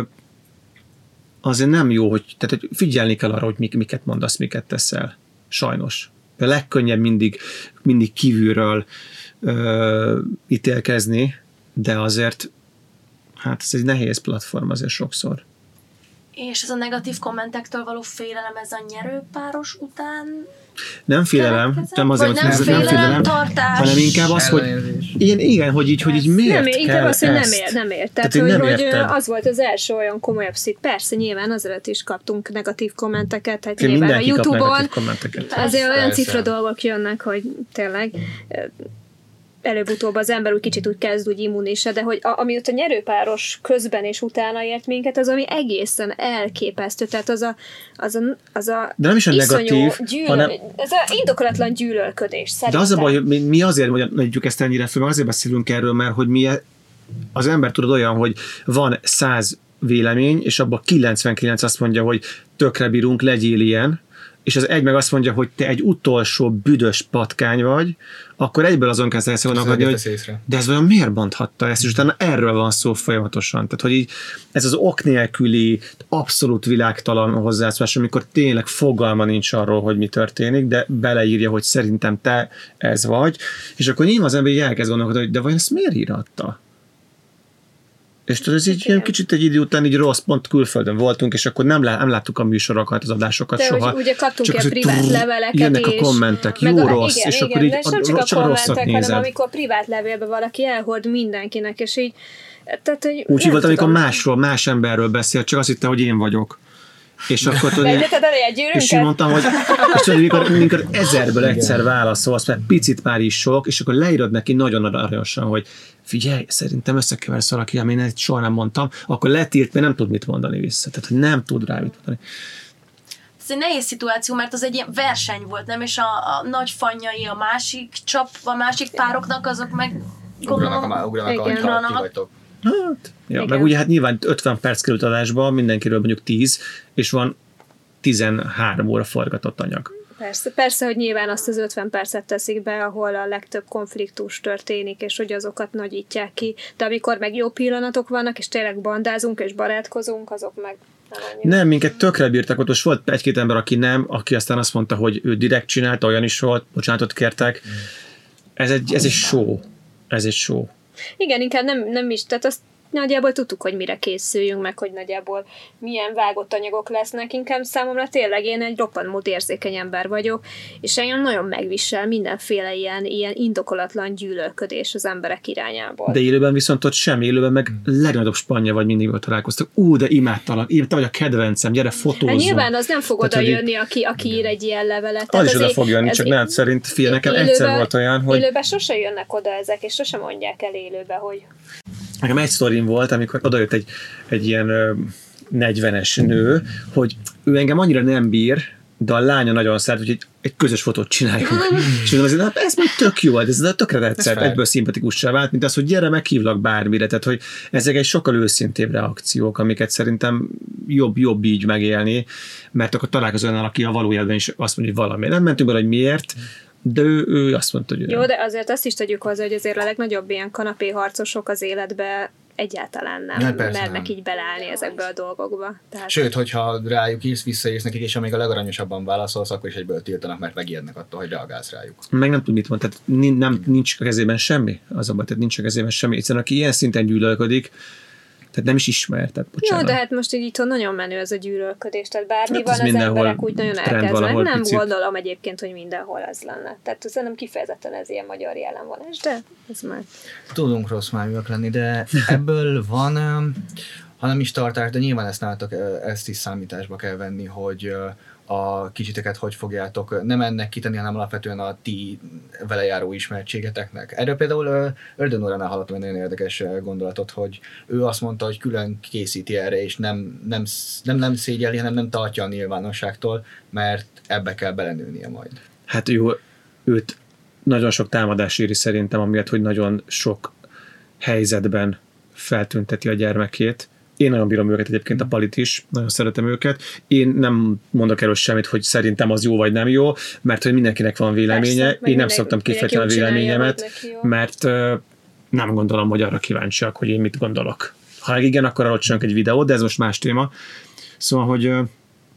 azért nem jó, hogy, tehát, hogy figyelni kell arra, hogy miket mondasz, miket teszel. Sajnos. A legkönnyebb mindig, mindig kívülről ö, ítélkezni, de azért hát ez egy nehéz platform azért sokszor. És ez a negatív kommentektől való félelem, ez a nyerőpáros után nem félelem, nem azért, nem, nem félelem, félelem, tartás, hanem inkább az, hogy igen, igen, hogy így, hogy így miért nem, kell inkább az, hogy nem ezt? ér, nem ér. Tehát, Tehát, hogy, nem hogy érted. az volt az első olyan komolyabb szit. Persze, nyilván azért is kaptunk negatív kommenteket, tehát Én nyilván a mindenki kap YouTube-on negatív kommenteket. azért olyan Persze. cifra dolgok jönnek, hogy tényleg előbb-utóbb az ember úgy kicsit úgy kezd úgy immunise, de hogy a, ami ott a nyerőpáros közben és utána ért minket, az ami egészen elképesztő, tehát az a, az a, az a de nem is a negatív, gyűlöl, hanem ez a indokolatlan gyűlölködés szerintem. de az a baj, hogy mi, mi azért mondjuk ezt ennyire föl, azért beszélünk erről, mert hogy mi az ember tudod olyan, hogy van száz vélemény, és abban kilencvenkilenc azt mondja, hogy tökre bírunk, legyél ilyen, és az egy meg azt mondja, hogy te egy utolsó büdös patkány vagy, akkor egyből azon kezd elszólni, hogy de ez olyan miért bonthatta ezt, és utána erről van szó folyamatosan. Tehát, hogy így ez az ok nélküli, abszolút világtalan hozzászólás, amikor tényleg fogalma nincs arról, hogy mi történik, de beleírja, hogy szerintem te ez vagy, és akkor nyilván az ember így elkezd gondolkodni, hogy de vajon ezt miért íratta? És tudod, ez így ilyen kicsit egy idő után így rossz, pont külföldön voltunk, és akkor nem, lá, nem láttuk a műsorokat, az adásokat de soha. Hogy ugye kaptunk csak ilyen privát trrr, leveleket jönnek is. a kommentek, Jó, a, rossz, igen, és igen, akkor így és nem csak a, csak a kommentek, hanem nézed. amikor privát levélbe valaki elhord mindenkinek, és így tehát, hogy úgy volt, amikor tudom. másról, más emberről beszél, csak azt hitte, hogy én vagyok. És akkor tudod, és én mondtam, hogy és tudod, mikor, mikor ezerből egyszer válaszolsz, mert picit már is sok, és akkor leírod neki nagyon aranyosan, hogy figyelj, szerintem összekeversz valaki, amin ezt soha nem mondtam, akkor letírt, mert nem tud mit mondani vissza. Tehát, hogy nem tud rá mit mondani. Ez egy nehéz szituáció, mert az egy ilyen verseny volt, nem? És a, a nagy fanjai a másik csap, a másik pároknak, azok meg ugranak, a, ugranak ahogy ti vagytok. Hát, ja, meg ugye hát nyilván ötven perc került adásba, mindenkiről mondjuk tíz, és van tizenhárom óra forgatott anyag. Persze, persze, hogy nyilván azt az ötven percet teszik be, ahol a legtöbb konfliktus történik, és hogy azokat nagyítják ki, de amikor meg jó pillanatok vannak, és tényleg bandázunk és barátkozunk, azok meg nem annyira. Nem, minket tökre bírtak, ott most volt egy-két ember, aki nem, aki aztán azt mondta, hogy ő direkt csinálta, olyan is volt, bocsánatot kértek. Ez egy, ez egy show. Ez egy show. Igen, inkább nem, nem is, tehát azt nagyjából tudtuk, hogy mire készüljünk, meg hogy nagyjából milyen vágott anyagok lesznek. Inkább számomra tényleg én egy roppant mód érzékeny ember vagyok, és engem nagyon megvisel mindenféle ilyen, ilyen indokolatlan gyűlölködés az emberek irányából. De élőben viszont ott sem, élőben meg legnagyobb spanja vagy mindig, találkoztak. Ú, de imádtalak, te vagy a kedvencem, gyere fotózzunk. Hát nyilván az nem fog oda tehát, jönni, aki, aki ír egy ilyen levelet. Az is oda fog jönni, csak nem szerint, fél, nekem élőben, egyszer volt olyan, hogy... Élőben sose jönnek oda ezek, és sose mondják el élőbe, hogy... Nekem egy sztorim volt, amikor odajött egy, egy ilyen negyvenes nő, hogy ő engem annyira nem bír, de a lánya nagyon szeret, hogy egy, egy közös fotót csináljunk. És mondom, azért, ez már tök jó, ez, ez tökre tetszett, egyből szimpatikussá vált, mint az, hogy gyere, meghívlak bármire. Tehát, hogy ezek egy sokkal őszintébb reakciók, amiket szerintem jobb, jobb így megélni, mert akkor találkozol olyan, aki a valójában is azt mondja, hogy valami. Nem mentünk bele, hogy miért, de ő, ő azt mondta, hogy... Jó, nem. De azért azt is tegyük hozzá, hogy azért a legnagyobb ilyen kanapéharcosok az életbe egyáltalán nem ja, mernek nem. így beleállni ezekbe a dolgokba. Tehát... Sőt, hogyha rájuk írsz, visszaírsz nekik, és amíg a legaranyosabban válaszolsz, akkor is egyből tiltanak, mert megijednek attól, hogy reagálsz rájuk. Meg nem tud mit mondani, tehát nem, nincs a kezében semmi, az abban, tehát nincs a kezében semmi. Egyszerűen, aki ilyen szinten gyűlölködik, tehát nem is ismer, tehát bocsánat. Jó, de hát most így itthon nagyon menő ez a gyűlölködés, tehát bármi hát van, az emberek úgy nagyon elkezdenek. Nem picit. Gondolom egyébként, hogy mindenhol ez lenne. Tehát szerintem kifejezetten ez ilyen magyar jelenvonás, de ez már... Tudunk rossz májúak lenni, de ebből van, ha nem is tartás, de nyilván ezt nálatok, ezt is számításba kell venni, hogy a kicsiteket hogy fogjátok nem ennek kitenni, hanem alapvetően a ti vele járó ismertségeteknek. Erről például Ördön Nóránál hallottam egy nagyon érdekes gondolatot, hogy ő azt mondta, hogy külön készíti erre, és nem, nem, nem, nem szégyeli, hanem nem tartja a nyilvánosságtól, mert ebbe kell belenőnie majd. Hát jó, őt nagyon sok támadás éri szerintem, amiatt, hogy nagyon sok helyzetben feltünteti a gyermekét. Én nagyon bírom őket egyébként, a Palit is, nagyon szeretem őket. Én nem mondok erről semmit, hogy szerintem az jó vagy nem jó, mert hogy mindenkinek van véleménye. Persze, én nem szoktam kifejteni a véleményemet, mert uh, nem gondolom, hogy arra kíváncsiak, hogy én mit gondolok. Ha igen, akkor arról csinálunk egy videót, de ez most más téma. Szóval, hogy uh,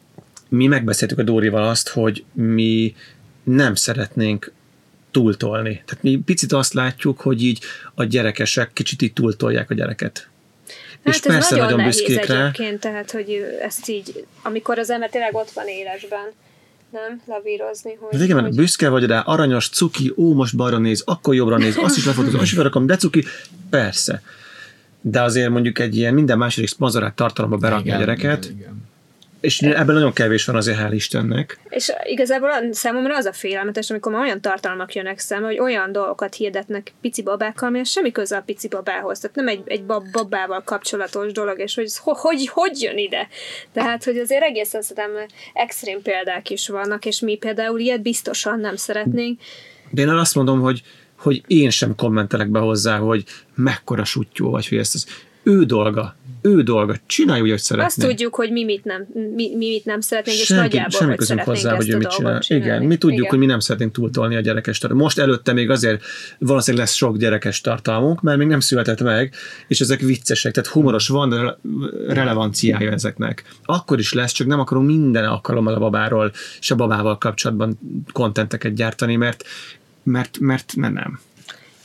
mi megbeszéltük a Dórival azt, hogy mi nem szeretnénk túltolni. Tehát mi picit azt látjuk, hogy így a gyerekesek kicsit így túltolják a gyereket. Hát és persze nagyon, nagyon nehéz büszkék rá. Egyébként, tehát, hogy ezt így, amikor az ember tényleg ott van élesben, nem? Lavírozni, hogy... De igen, hogy... büszke vagy rá, aranyos, cuki, ó, most balra néz, akkor jobbra néz, azt is lefotózom, azt is felrakom, de cuki, persze. De azért mondjuk egy ilyen minden második szponzorát tartalomba berakni a gyereket, igen, igen. És ebben nagyon kevés van azért, hál' Istennek. És igazából számomra az a félelmetes, amikor már olyan tartalmak jönnek szembe, hogy olyan dolgokat hirdetnek pici babákkal, ami semmi köze a pici babához. Tehát nem egy, egy bab- babával kapcsolatos dolog, és hogy, hogy hogy hogy jön ide. Tehát, hogy azért egészen szerintem extrém példák is vannak, és mi például ilyet biztosan nem szeretnénk. De én azt mondom, hogy, hogy én sem kommentelek be hozzá, hogy mekkora sutyó vagy, hogy ezt az ő dolga, ő dolga, csinálj úgy, hogy szeretnénk. Azt tudjuk, hogy mi mit nem, mi, mi mit nem szeretnénk, Senki, és nagyjából, semmi hogy közünk szeretnénk hozzá, ezt hogy ő mit csinál. csinálni. Igen, mi tudjuk, igen. hogy mi nem szeretnénk túltolni a gyerekes tartalmat. Most előtte még azért valószínűleg lesz sok gyerekes tartalmunk, mert még nem született meg, és ezek viccesek, tehát humoros, van rele- relevanciája ezeknek. Akkor is lesz, csak nem akarunk minden alkalommal a babáról és a babával kapcsolatban kontenteket gyártani, mert, mert, mert, mert nem.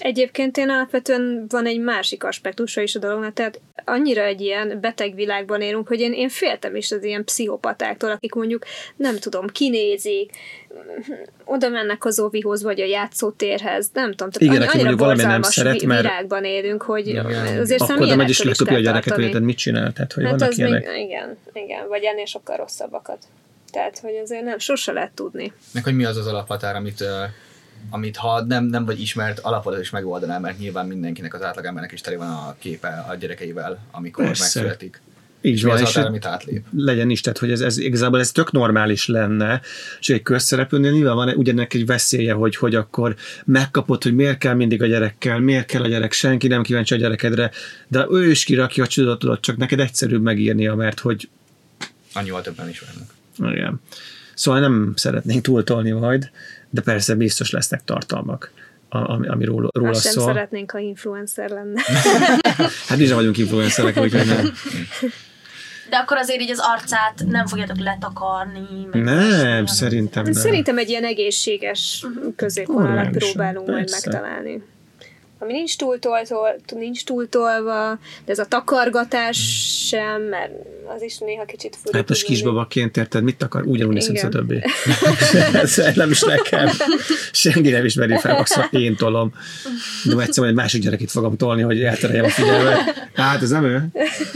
Egyébként én alapvetően van egy másik aspektusa is a dolognak, tehát annyira egy ilyen beteg világban élünk, hogy én, én féltem is az ilyen pszichopatáktól, akik mondjuk, nem tudom, kinézik, oda mennek az óvihoz, vagy a játszótérhez, nem tudom, tehát igen, annyira borzalmas szeret, mert... világban élünk, hogy igen. azért akkor nem megy is leköpi a gyereket, hogy mit csinál, tehát hogy hát vannak ilyenek. Még, igen, igen, vagy ennél sokkal rosszabbakat. Tehát, hogy azért nem, sose lehet tudni. Meg, hogy mi az az alaphatár, amit, uh, amit ha nem, nem vagy ismert, alapodat is megoldanál, mert nyilván mindenkinek, az átlagembernek is tele van a képe a gyerekeivel, amikor persze megszületik. Így van, és legyen is, tehát hogy ez, ez igazából ez tök normális lenne, és egy közszereplőnél nyilván van ugyanek egy veszélye, hogy, hogy akkor megkapod, hogy miért kell mindig a gyerekkel, miért kell a gyerek, senki nem kíváncsi a gyerekedre, de ő is kirakja a csodatot, csak neked egyszerűbb megírnia, mert hogy annyival többen is vannak. Igen. Szóval nem szeretnénk túltolni majd, de persze biztos lesznek tartalmak, ami, ami róla, róla Azt szól. sem szeretnénk, ha influencer lenne. Hát mi sem vagyunk influencerek, úgyhogy nem. De akkor azért így az arcát nem fogjátok letakarni. Nem, szerintem nem. Szerintem egy ilyen egészséges középvonalat próbálunk majd megtalálni. Ami nincs túltolva, nincs túltolva, de ez a takargatás sem, mert az is néha kicsit fura. Hát most kisbabaként érted, mit takar? Ugyanúgy nézünk a többi. Ez nem is nekem. Senki nem ismeri fel, akkor én tolom. De majd egyszer egy másik gyerekét fogom tolni, hogy eltereljem a figyelmet. Hát ez nem ő.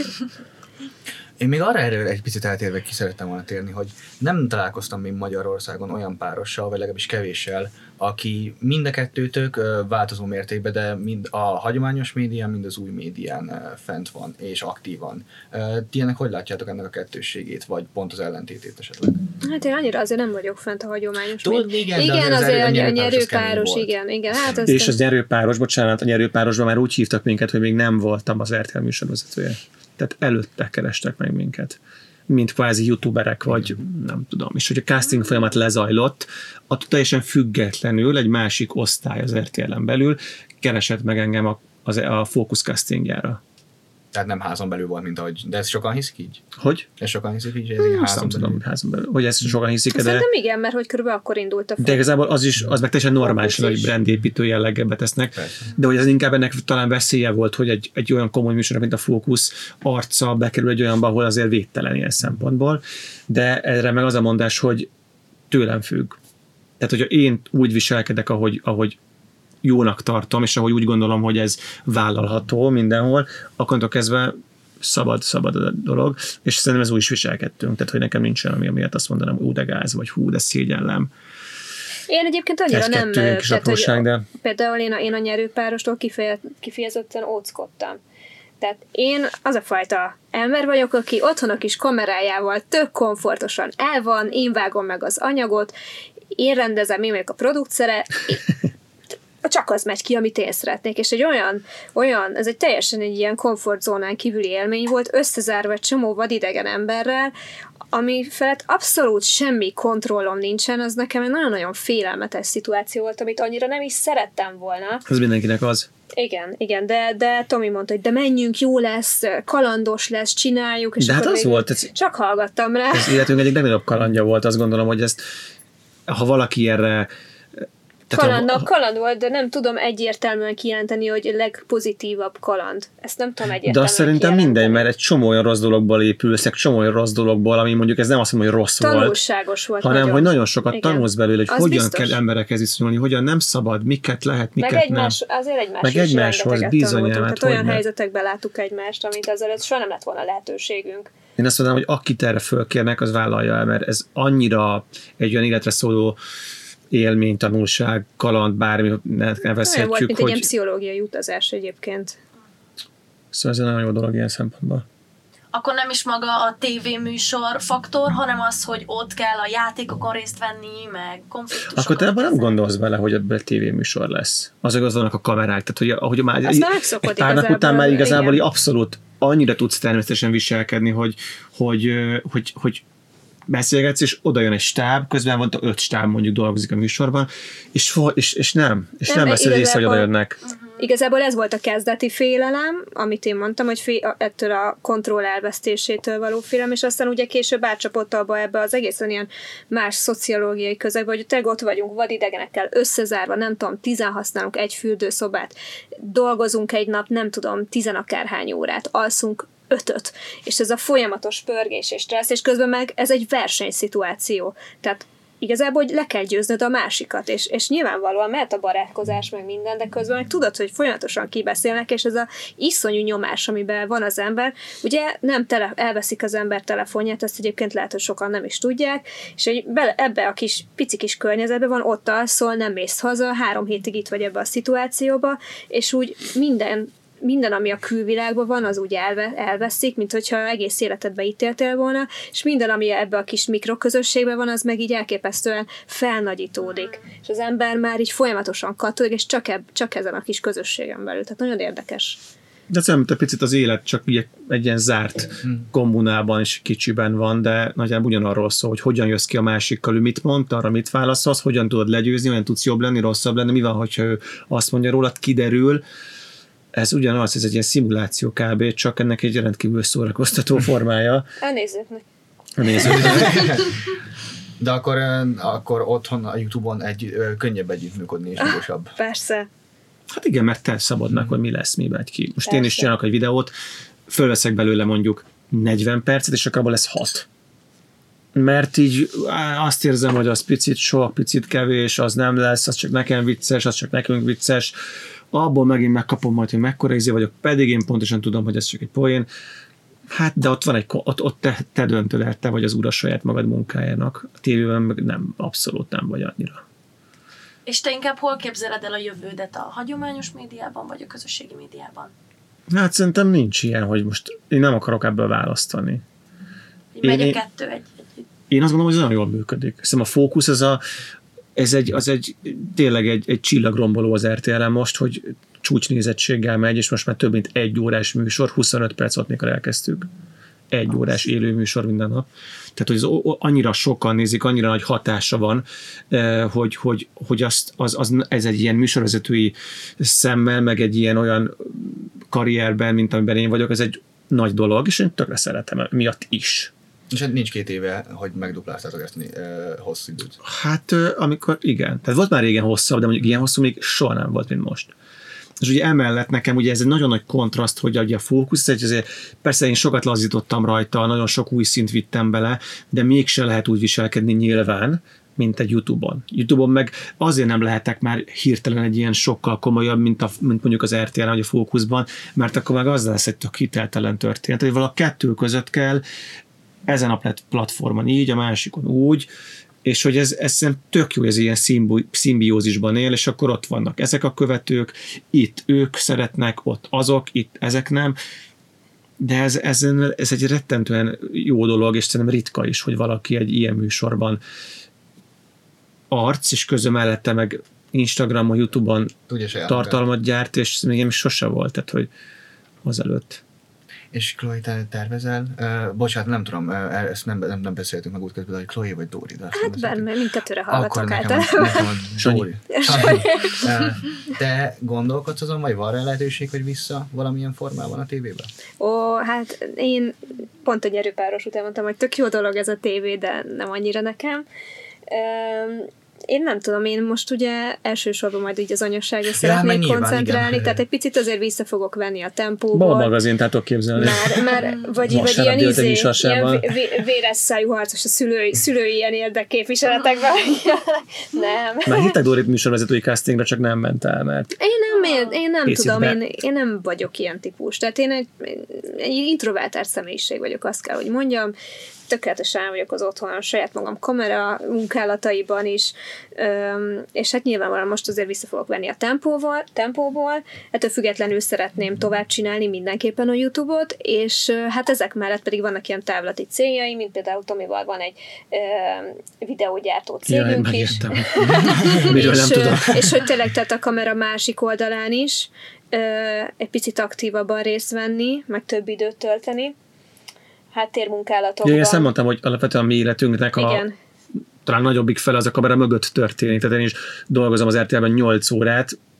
Én még arra erről egy picit eltérve ki szerettem volna térni, hogy nem találkoztam még Magyarországon olyan párossal, vagy legalábbis kevéssel, aki mind a kettőtök változó mértékben, de mind a hagyományos médián, mind az új médián fent van, és aktívan. Ti ennek hogy látjátok ennek a kettősségét, vagy pont az ellentétét esetleg? Hát én annyira azért nem vagyok fent a hagyományos Tudod, igen, igen, az azért a a nyerőpáros, igen, igen. Hát és te... az nyerőpáros, bocsánat, a nyerőpárosban már úgy hívtak minket, hogy még nem voltam az er té el műsorvezetője. Tehát előtte kerestek meg minket, mint kvázi youtuberek, vagy nem tudom. És hogy a casting folyamat lezajlott, attól teljesen függetlenül egy másik osztály az er té el-en belül keresett meg engem a, az, a fókusz castingjára. Tehát nem házon belül volt, mint ahogy... De ezt sokan hiszik így? Hogy? Ez sokan hiszik így, hogy ez így házon belül? Tudom, házon belül. Hogy ezt sokan hiszik, de... Szerintem igen, mert hogy körülbelül akkor indult a fókusz. De igazából az is, az meg teljesen normális, hogy brandépítő jelleggel betesznek. Persze. De hogy az inkább ennek talán veszélye volt, hogy egy, egy olyan komoly műsor, mint a Fókusz arca bekerül egy olyanba, ahol azért védtelen ilyen szempontból. De erre meg az a mondás, hogy tőlem függ. Tehát, hogyha én úgy viselkedek, ahogy, ahogy jónak tartom, és ahogy úgy gondolom, hogy ez vállalható mindenhol, akkor kezdve szabad, szabad a dolog, és szerintem ez úgy is viselkedtünk, tehát hogy nekem nincs olyan, ami miatt azt mondanám, hogy ú, de gáz, vagy hú, de szégyellem. Én egyébként annyira ez nem, tehát, apróság, hogy de... például én a, én a nyerőpárostól kifeje, kifejezetten óckodtam. Tehát én az a fajta ember vagyok, aki otthon a kis kamerájával tök komfortosan el van, én vágom meg az anyagot, én rendezem, én vagyok a produkcere, csak az megy ki, amit én szeretnék, és egy olyan, olyan, ez egy teljesen egy ilyen komfortzónán kívüli élmény volt, összezárva egy csomó vadidegen emberrel, ami felett abszolút semmi kontrollom nincsen, az nekem egy nagyon-nagyon félelmetes szituáció volt, amit annyira nem is szerettem volna. Ez mindenkinek az. Igen, igen, de, de Tomi mondta, hogy de menjünk, jó lesz, kalandos lesz, csináljuk, és de akkor hát az volt, ez, csak hallgattam rá. Ez életünk egyik legnagyobb kalandja volt, azt gondolom, hogy ezt, ha valaki erre Kaland, a kaland volt, de nem tudom egyértelműen kijelenteni, hogy a legpozitívabb kaland. Ezt nem tudom egyértelműen de azt szerintem mindegy, mert egy csomó olyan rossz dologból épül, egy csomó olyan rossz dologból, ami mondjuk ez nem azt mondom, hogy rossz Tanulságos volt, hanem nagyon. Hogy nagyon sokat igen. tanulsz belőle, hogy az hogyan biztos. kell emberekhez viszonyulni, hogyan nem szabad, miket lehet, miket meg egymás, nem. Azért egymás meg egymáshoz bizonyám. Tehát olyan ne. helyzetekben láttuk egymást, amit ezelőtt soha nem lett volna lehetőségünk. Én azt mondanám, hogy akit erre fölkérnek, az vállalja el, mert ez annyira egy olyan életre szóló élmény, tanulság, kaland, bármi nevezhetjük. Olyan volt, mint hogy... egy ilyen pszichológiai utazás egyébként. Szóval ez egy nagyon jó dolog ilyen szempontból. Akkor nem is maga a tévéműsor faktor, hanem az, hogy ott kell a játékokon részt venni, meg konfliktusokat. Akkor te ebben nem gondolsz bele, hogy ebből tévéműsor lesz. Azok az vannak a kamerák, tehát hogy ahogy már egy, egy pár után már igazából igen. abszolút annyira tudsz természetesen viselkedni, hogy, hogy, hogy, hogy beszélgetsz, és oda jön egy stáb, közben van öt stáb mondjuk dolgozik a műsorban, és, és, és nem, és nem, nem veszed észre, hogy oda jönnek. Uh-huh. Igazából ez volt a kezdeti félelem, amit én mondtam, hogy fél, ettől a kontroll elvesztésétől való félelem, és aztán ugye később átcsapott abba ebbe az egészen ilyen más szociológiai közegbe, hogy tényleg ott vagyunk vadidegenekkel összezárva, nem tudom, tizen használunk egy fürdőszobát, dolgozunk egy nap, nem tudom, tizenakárhány órát, alszunk ötöt, és ez a folyamatos pörgés és stressz, és közben meg ez egy versenyszituáció. Tehát igazából, hogy le kell győznöd a másikat, és, és nyilvánvalóan mehet a barátkozás, meg minden, de közben meg tudod, hogy folyamatosan kibeszélnek, és ez a iszonyú nyomás, amiben van az ember, ugye nem tele, elveszik az ember telefonját, ezt egyébként lehet, hogy sokan nem is tudják, és egy, bele, ebbe a kis pici kis környezetben van, ott alszol, nem mész haza, három hétig itt vagy ebbe a szituációba, és úgy minden minden, ami a külvilágban van, az úgy elve, elveszik, mint hogyha egész életedbe ítéltél volna, és minden, ami ebbe a kis mikroközösségben van, az meg így elképesztően felnagyítódik. És az ember már így folyamatosan kattodik, és csak, eb, csak ezen a kis közösségen belül. Tehát nagyon érdekes. De szerintem egy picit az élet csak ugye egy ilyen zárt kommunában és kicsiben van, de nagyjából ugyanarról szól, hogy hogyan jössz ki a másikkal, ő mit mond, arra mit válaszolsz, hogyan tudod legyőzni, olyan tudsz jobb lenni, rosszabb lenni, mi van, hogyha ő azt mondja rólad, kiderül. Ez ugyanaz, ez egy ilyen szimuláció kb., csak ennek egy rendkívül szórakoztató formája. A nézőknek. A nézőknek. De akkor, akkor otthon a YouTube-on egy, könnyebb együttműködni és jogosabb. Persze. Hát igen, mert te szabad meg, hogy mi lesz, mi megy ki. Most Persze. Én is csinálok egy videót, fölveszek belőle mondjuk negyven percet, és akkor abban lesz hat. Mert így azt érzem, hogy az picit sok, picit kevés, az nem lesz, az csak nekem vicces, az csak nekünk vicces. Abból megint megkapom majd, hogy mekkora izé vagyok, pedig én pontosan tudom, hogy ez csak egy poén. Hát, de ott van egy, ott, ott te, te döntöd el, te vagy az úr a saját magad munkájának. A tévében meg nem, abszolút nem vagy annyira. És te inkább hol képzeled el a jövődet, a hagyományos médiában, vagy a közösségi médiában? Hát szerintem nincs ilyen, hogy most én nem akarok ebből választani. Megy én, a kettő egy, egy. Én azt gondolom, hogy ez nagyon jól működik. Szerintem a fókusz az a Ez egy, az egy, tényleg egy, egy csillagromboló az er té el-en most, hogy csúcsnézettséggel megy, és most már több mint egy órás műsor, huszonöt perc volt, mikor elkezdtük. Egy órás élő műsor minden nap. Tehát, hogy az annyira sokan nézik, annyira nagy hatása van, hogy, hogy, hogy azt, az, az, ez egy ilyen műsorvezetői szemmel, meg egy ilyen olyan karrierben, mint amiben én vagyok, ez egy nagy dolog, és én tökre szeretem miatt is. És hát nincs két éve, hogy megdupláztátok ezt uh, hosszú időt. Hát amikor, igen. Tehát volt már régen hosszabb, de mondjuk ilyen hosszú még soha nem volt, mint most. És ugye emellett nekem ugye ez egy nagyon nagy kontraszt, hogy ugye a fókusz, azért persze én sokat lazítottam rajta, nagyon sok új szint vittem bele, de mégse lehet úgy viselkedni nyilván, mint egy YouTube-on. YouTube-on meg azért nem lehetek már hirtelen egy ilyen sokkal komolyabb, mint, a, mint mondjuk az er té el, vagy a fókuszban, mert akkor meg az lesz egy tök hiteltelen történet, hogy valami kettő között kell ezen a platformon így, a másikon úgy, és hogy ez, ez tök jó, ez ilyen szimbiózisban él, és akkor ott vannak ezek a követők, itt ők szeretnek, ott azok, itt ezek nem, de ez, ez, ez egy rettentően jó dolog, és szerintem ritka is, hogy valaki egy ilyen műsorban arc, és közben mellette meg Instagramon, YouTube-on tartalmat gyárt, és még nem sose volt, tehát hogy azelőtt. És Chloe, te tervezel? Uh, bocsánat, nem tudom, uh, ezt nem, nem, nem beszéltünk meg úgy közben, hogy Chloe vagy Dóri. Hát bármi, mindkettőre hallgatok általában. Dóri. uh, te gondolkodsz azon, vagy van rá lehetőség, hogy vissza valamilyen formában a tévébe? Ó, hát én pont egy erőpáros után mondtam, hogy tök jó dolog ez a tévé, de nem annyira nekem. Um, Én nem tudom, én most ugye elsősorban majd így az anyasságra ja, szeretnék nyilván, koncentrálni, igen. Tehát egy picit azért vissza fogok venni a tempóból. Bal magazint tudok képzelni. Már, már vagy, vagy ilyen, izé, ilyen vé- véres szájú harcos a szülői, szülői ilyen érdekképviseletekben. Nem. Már hittek Dórit műsorvezetői castingra, csak nem ment el, mert... Én nem, én nem tudom, én, én nem vagyok ilyen típus. Tehát én egy, egy introvertált személyiség vagyok, azt kell, hogy mondjam. Tökéletesen vagyok az otthon, a saját magam kamera munkálataiban is, és hát nyilvánvalóan most azért vissza fogok venni a tempóval, tempóból, ettől függetlenül szeretném tovább csinálni mindenképpen a YouTube-ot, és hát ezek mellett pedig vannak ilyen távlati céljai, mint például Tomival van egy videógyártó cégünk ja, is. Miről nem tudom. És hogy tényleg tehát a kamera másik oldalán is egy picit aktívabban részt venni, meg több időt tölteni. Háttérmunkálatokban. Ja, én ezt nem mondtam, hogy alapvetően a mi életünknek a igen. talán nagyobbik fele az a kamera mögött történik. Tehát én is dolgozom az er té el-ben nyolc órát,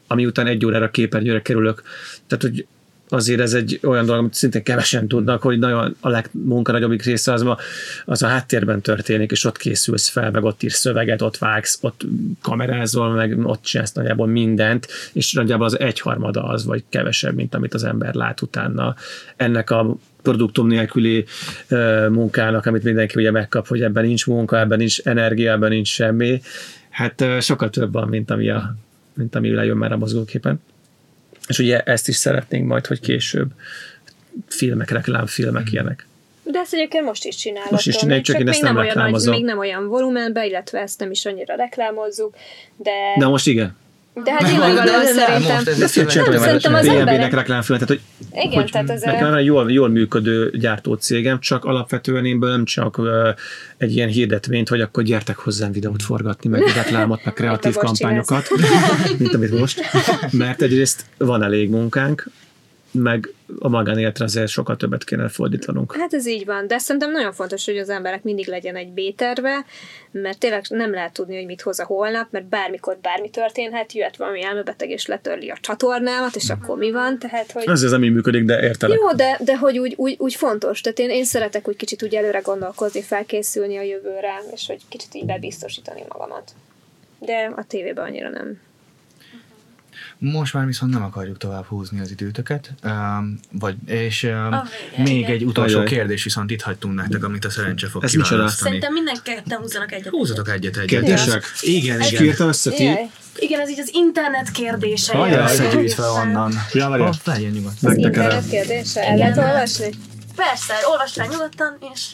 ami után egy órára képernyőre kerülök. Tehát, hogy azért ez egy olyan dolog, amit szintén kevesen tudnak, hogy nagyon a legmunka nagyobbik része az, ma, az a háttérben történik, és ott készülsz fel, meg ott írsz szöveget, ott vágsz, ott kamerázol, meg ott csinálsz nagyjából mindent, és nagyjából az egyharmada az, vagy kevesebb, mint amit az ember lát utána. Ennek a produktum nélküli uh, munkának, amit mindenki ugye megkap, hogy ebben nincs munka, ebben nincs energia, ebben nincs semmi, hát uh, sokkal több van, mint ami, a, mint ami lejön már a mozgóképen. És ugye ezt is szeretnénk majd, hogy később filmek, reklámfilmek ilyenek. De ezt egyébként most is csinálok. Most is csináljuk, csak, csak én ezt nem reklámozom. Még nem olyan volumenben, illetve ezt nem is annyira reklámozzuk, de... De most igen. De hát nyilvánvalóan szerintem... Szerintem az emberek reklámfilmet, tehát hogy, igen, hogy tehát ez nekem a... jól, jól működő gyártó cégem, csak alapvetően én nem csak uh, egy ilyen hirdetvényt, hogy akkor gyertek hozzám videót forgatni, meg reklámot, meg kreatív kampányokat, mint amit most. Mert egyrészt van elég munkánk, meg a magánéletre azért sokkal többet kéne fordítanunk. Hát ez így van, de szerintem nagyon fontos, hogy az emberek mindig legyen egy B-terve, mert tényleg nem lehet tudni, hogy mit hoz a holnap, mert bármikor bármi történhet, jöhet valami elmebeteg és letörli a csatornámat, és akkor mi van, tehát hogy... Ez nem így működik, de értelek. Jó, de, de hogy úgy, úgy, úgy fontos, tehát én, én szeretek úgy kicsit úgy előre gondolkozni, felkészülni a jövőre, és hogy kicsit így bebiztosítani magamat. De a tévében annyira nem. Most már viszont nem akarjuk tovább húzni az időtöket, um, vagy, és um, oh, még igen. Egy utolsó Ajaj. kérdés viszont itt hagytunk nektek, amit a szerencse fog kiválasztani. Szerintem mindenketten húzzanak egyet. Húzzatok egyet egyet. Kérdések? Igen, és igen. Kírta össze ti? Igen, ez így az internet kérdése. Ajaj, összegyűjtve onnan. Ja, várjál. Legyen nyugodt. Az internet kérdése? El lehet olvasni? Persze, olvasd fel nyugodtan, és...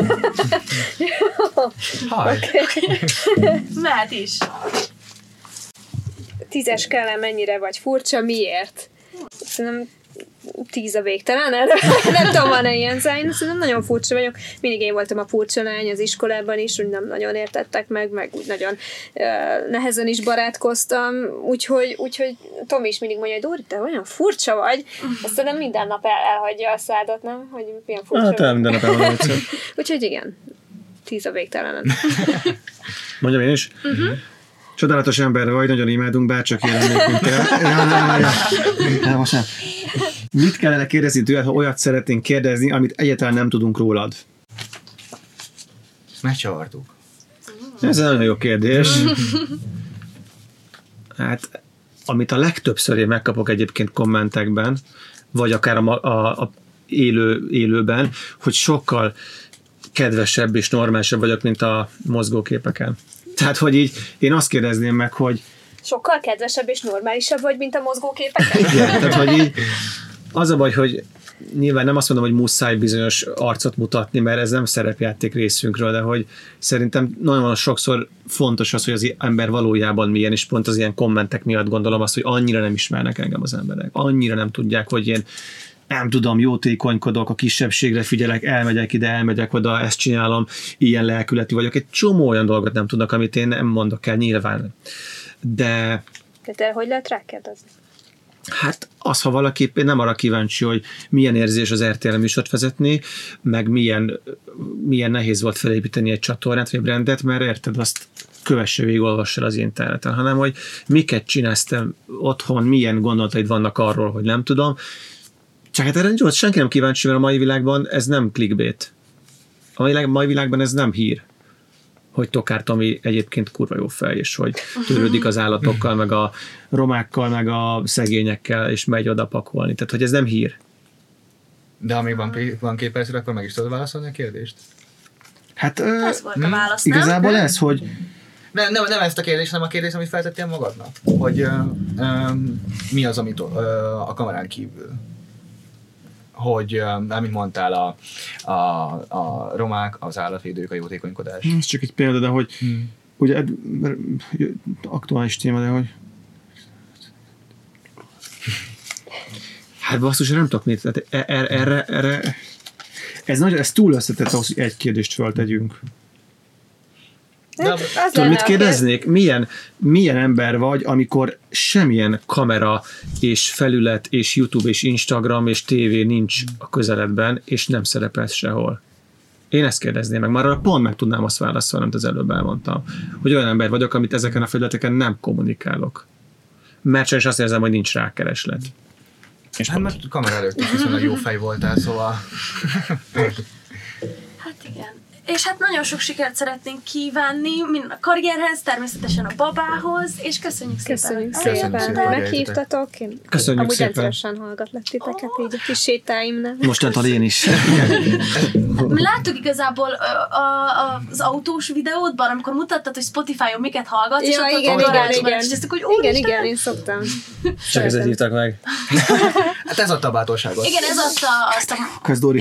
Haj. Mehet is. Tízes skálán mennyire vagy furcsa, miért? Szerintem tíz a végtelen, nem tudom, van-e ilyen zájn, szerintem nagyon furcsa vagyok. Mindig én voltam a furcsa lány az iskolában is, úgy nem nagyon értettek meg, meg úgy nagyon uh, nehezen is barátkoztam, úgyhogy, úgyhogy Tomi is mindig mondja, hogy Dóri, te olyan furcsa vagy, azt szerintem minden nap el, elhagyja a szádat, nem? Hogy milyen furcsa hát, vagy. minden nap elhagyja. Úgyhogy igen, tíz a végtelenen. Mondjam én is? Uh-huh. Csodálatos ember vagy, nagyon imádunk, bárcsak jelennék, mint te. Ja, ja, ja. Ja, most nem. Mit kellene kérdezni tőled, ha olyat szeretnénk kérdezni, amit egyáltalán nem tudunk rólad? Megcsavartuk. Ez egy nagyon jó kérdés. Hát, amit a legtöbbször én megkapok egyébként kommentekben, vagy akár a, a, a élő, élőben, hogy sokkal kedvesebb és normálisabb vagyok, mint a mozgóképeken. Tehát, hogy így én azt kérdezném meg, hogy... Sokkal kedvesebb és normálisabb vagy, mint a mozgóképeken? Igen, tehát, hogy így az a baj, hogy nyilván nem azt mondom, hogy muszáj bizonyos arcot mutatni, mert ez nem szerepjáték részünkről, de hogy szerintem nagyon sokszor fontos az, hogy az ember valójában milyen, és pont az ilyen kommentek miatt gondolom azt, hogy annyira nem ismernek engem az emberek. Annyira nem tudják, hogy én nem tudom, jótékonykodok, a kisebbségre figyelek, elmegyek ide, elmegyek oda, ezt csinálom, ilyen lelkületű vagyok. Egy csomó olyan dolgot nem tudnak, amit én nem mondok el nyilván. De... De te hogy lehet rákérdezni? Hát az, ha valaki nem arra kíváncsi, hogy milyen érzés az er té el műsort vezetni, meg milyen, milyen nehéz volt felépíteni egy csatornát, vagy brandet, mert érted, azt kövesse végig, olvassa az interneten, hanem hogy miket csinálsz te otthon, milyen gondolataid vannak arról, hogy nem tudom. Csak hát erre nincs, senki nem kíváncsi, mert a mai világban ez nem clickbait. A mai, mai világban ez nem hír, hogy Tokár Tomi egyébként kurva jó fej, és hogy törődik az állatokkal, meg a romákkal, meg a szegényekkel, és megy oda pakolni. Tehát, hogy ez nem hír. De amíg van, van két percre, akkor meg is tudod válaszolni a kérdést? Hát ez volt a válasz, nem? Igazából ez, hogy... Nem, nem, nem ezt a kérdés, hanem a kérdés, amit feltettél magadnak. Hogy uh, um, mi az, amit uh, a kamerán kívül. Hogy, amit mondtál, a, a, a romák, az állatvédők, a jótékonykodás. Ez csak egy példa, de hogy hmm. ugye aktuális téma, de hogy hát basszus, nem tudok mit, tehát erre, erre, erre ez, nagy, ez túl összetett ahhoz, hogy egy kérdést föltegyünk. Tudod, mit kérdeznék? Milyen, milyen ember vagy, amikor semmilyen kamera és felület és YouTube és Instagram és tévé nincs a közeledben, és nem szerepelsz sehol? Én ezt kérdezném meg. Már pont meg tudnám azt válaszolni, amit az előbb elmondtam. Hogy olyan ember vagyok, amit ezeken a felületeken nem kommunikálok. mert sajnos azt érzem, hogy nincs rá kereslet. És hát most kamera előtt is viszonylag jó fej voltál, szóval... Hát igen. És hát nagyon sok sikert szeretnénk kívánni, mind a karrierhez, természetesen a babához, és köszönjük, Köszönjük szépen. szépen, Köszönjük hogy szépen, meghívtatok. Én Köszönjük amúgy szépen. rendszeresen hallgatlak titeket így a kis sétáimnál. Mostantól én is. Láttuk igazából ö, a, a, az autós videódban, amikor mutattad, hogy Spotify-on miket hallgatsz, és Ja, ott igen, ott igen, garázsban, igen. és ezt, hogy Igen, úristen. igen, én szoktam. Csak ezzel hívtak meg. Hát ez adta a bátorságot. Igen, ez azt a... Azt a Kösz, Dóri.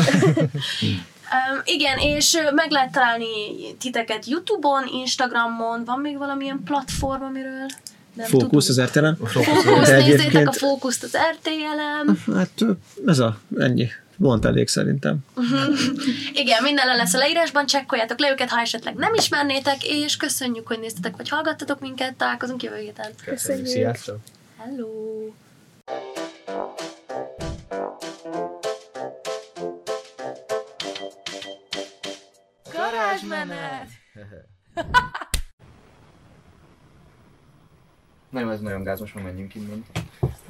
Um, igen, és ö, meg lehet találni titeket YouTube-on, Instagramon, van még valamilyen platform, amiről nem Fókusz az tudom. er té el-en. Fókusz, De nézzétek egyébként- a Fókuszt az er té el-en. Hát ez a, ennyi. Volt elég szerintem. Igen, minden le lesz a leírásban, csekkoljátok le őket, ha esetleg nem ismernétek, és köszönjük, hogy néztetek, vagy hallgattatok minket, találkozunk jövő héten. Köszönjük. Sziasztok! Hello! Garázsmenet! Nem, ez nagyon gáz, most már menjünk innen.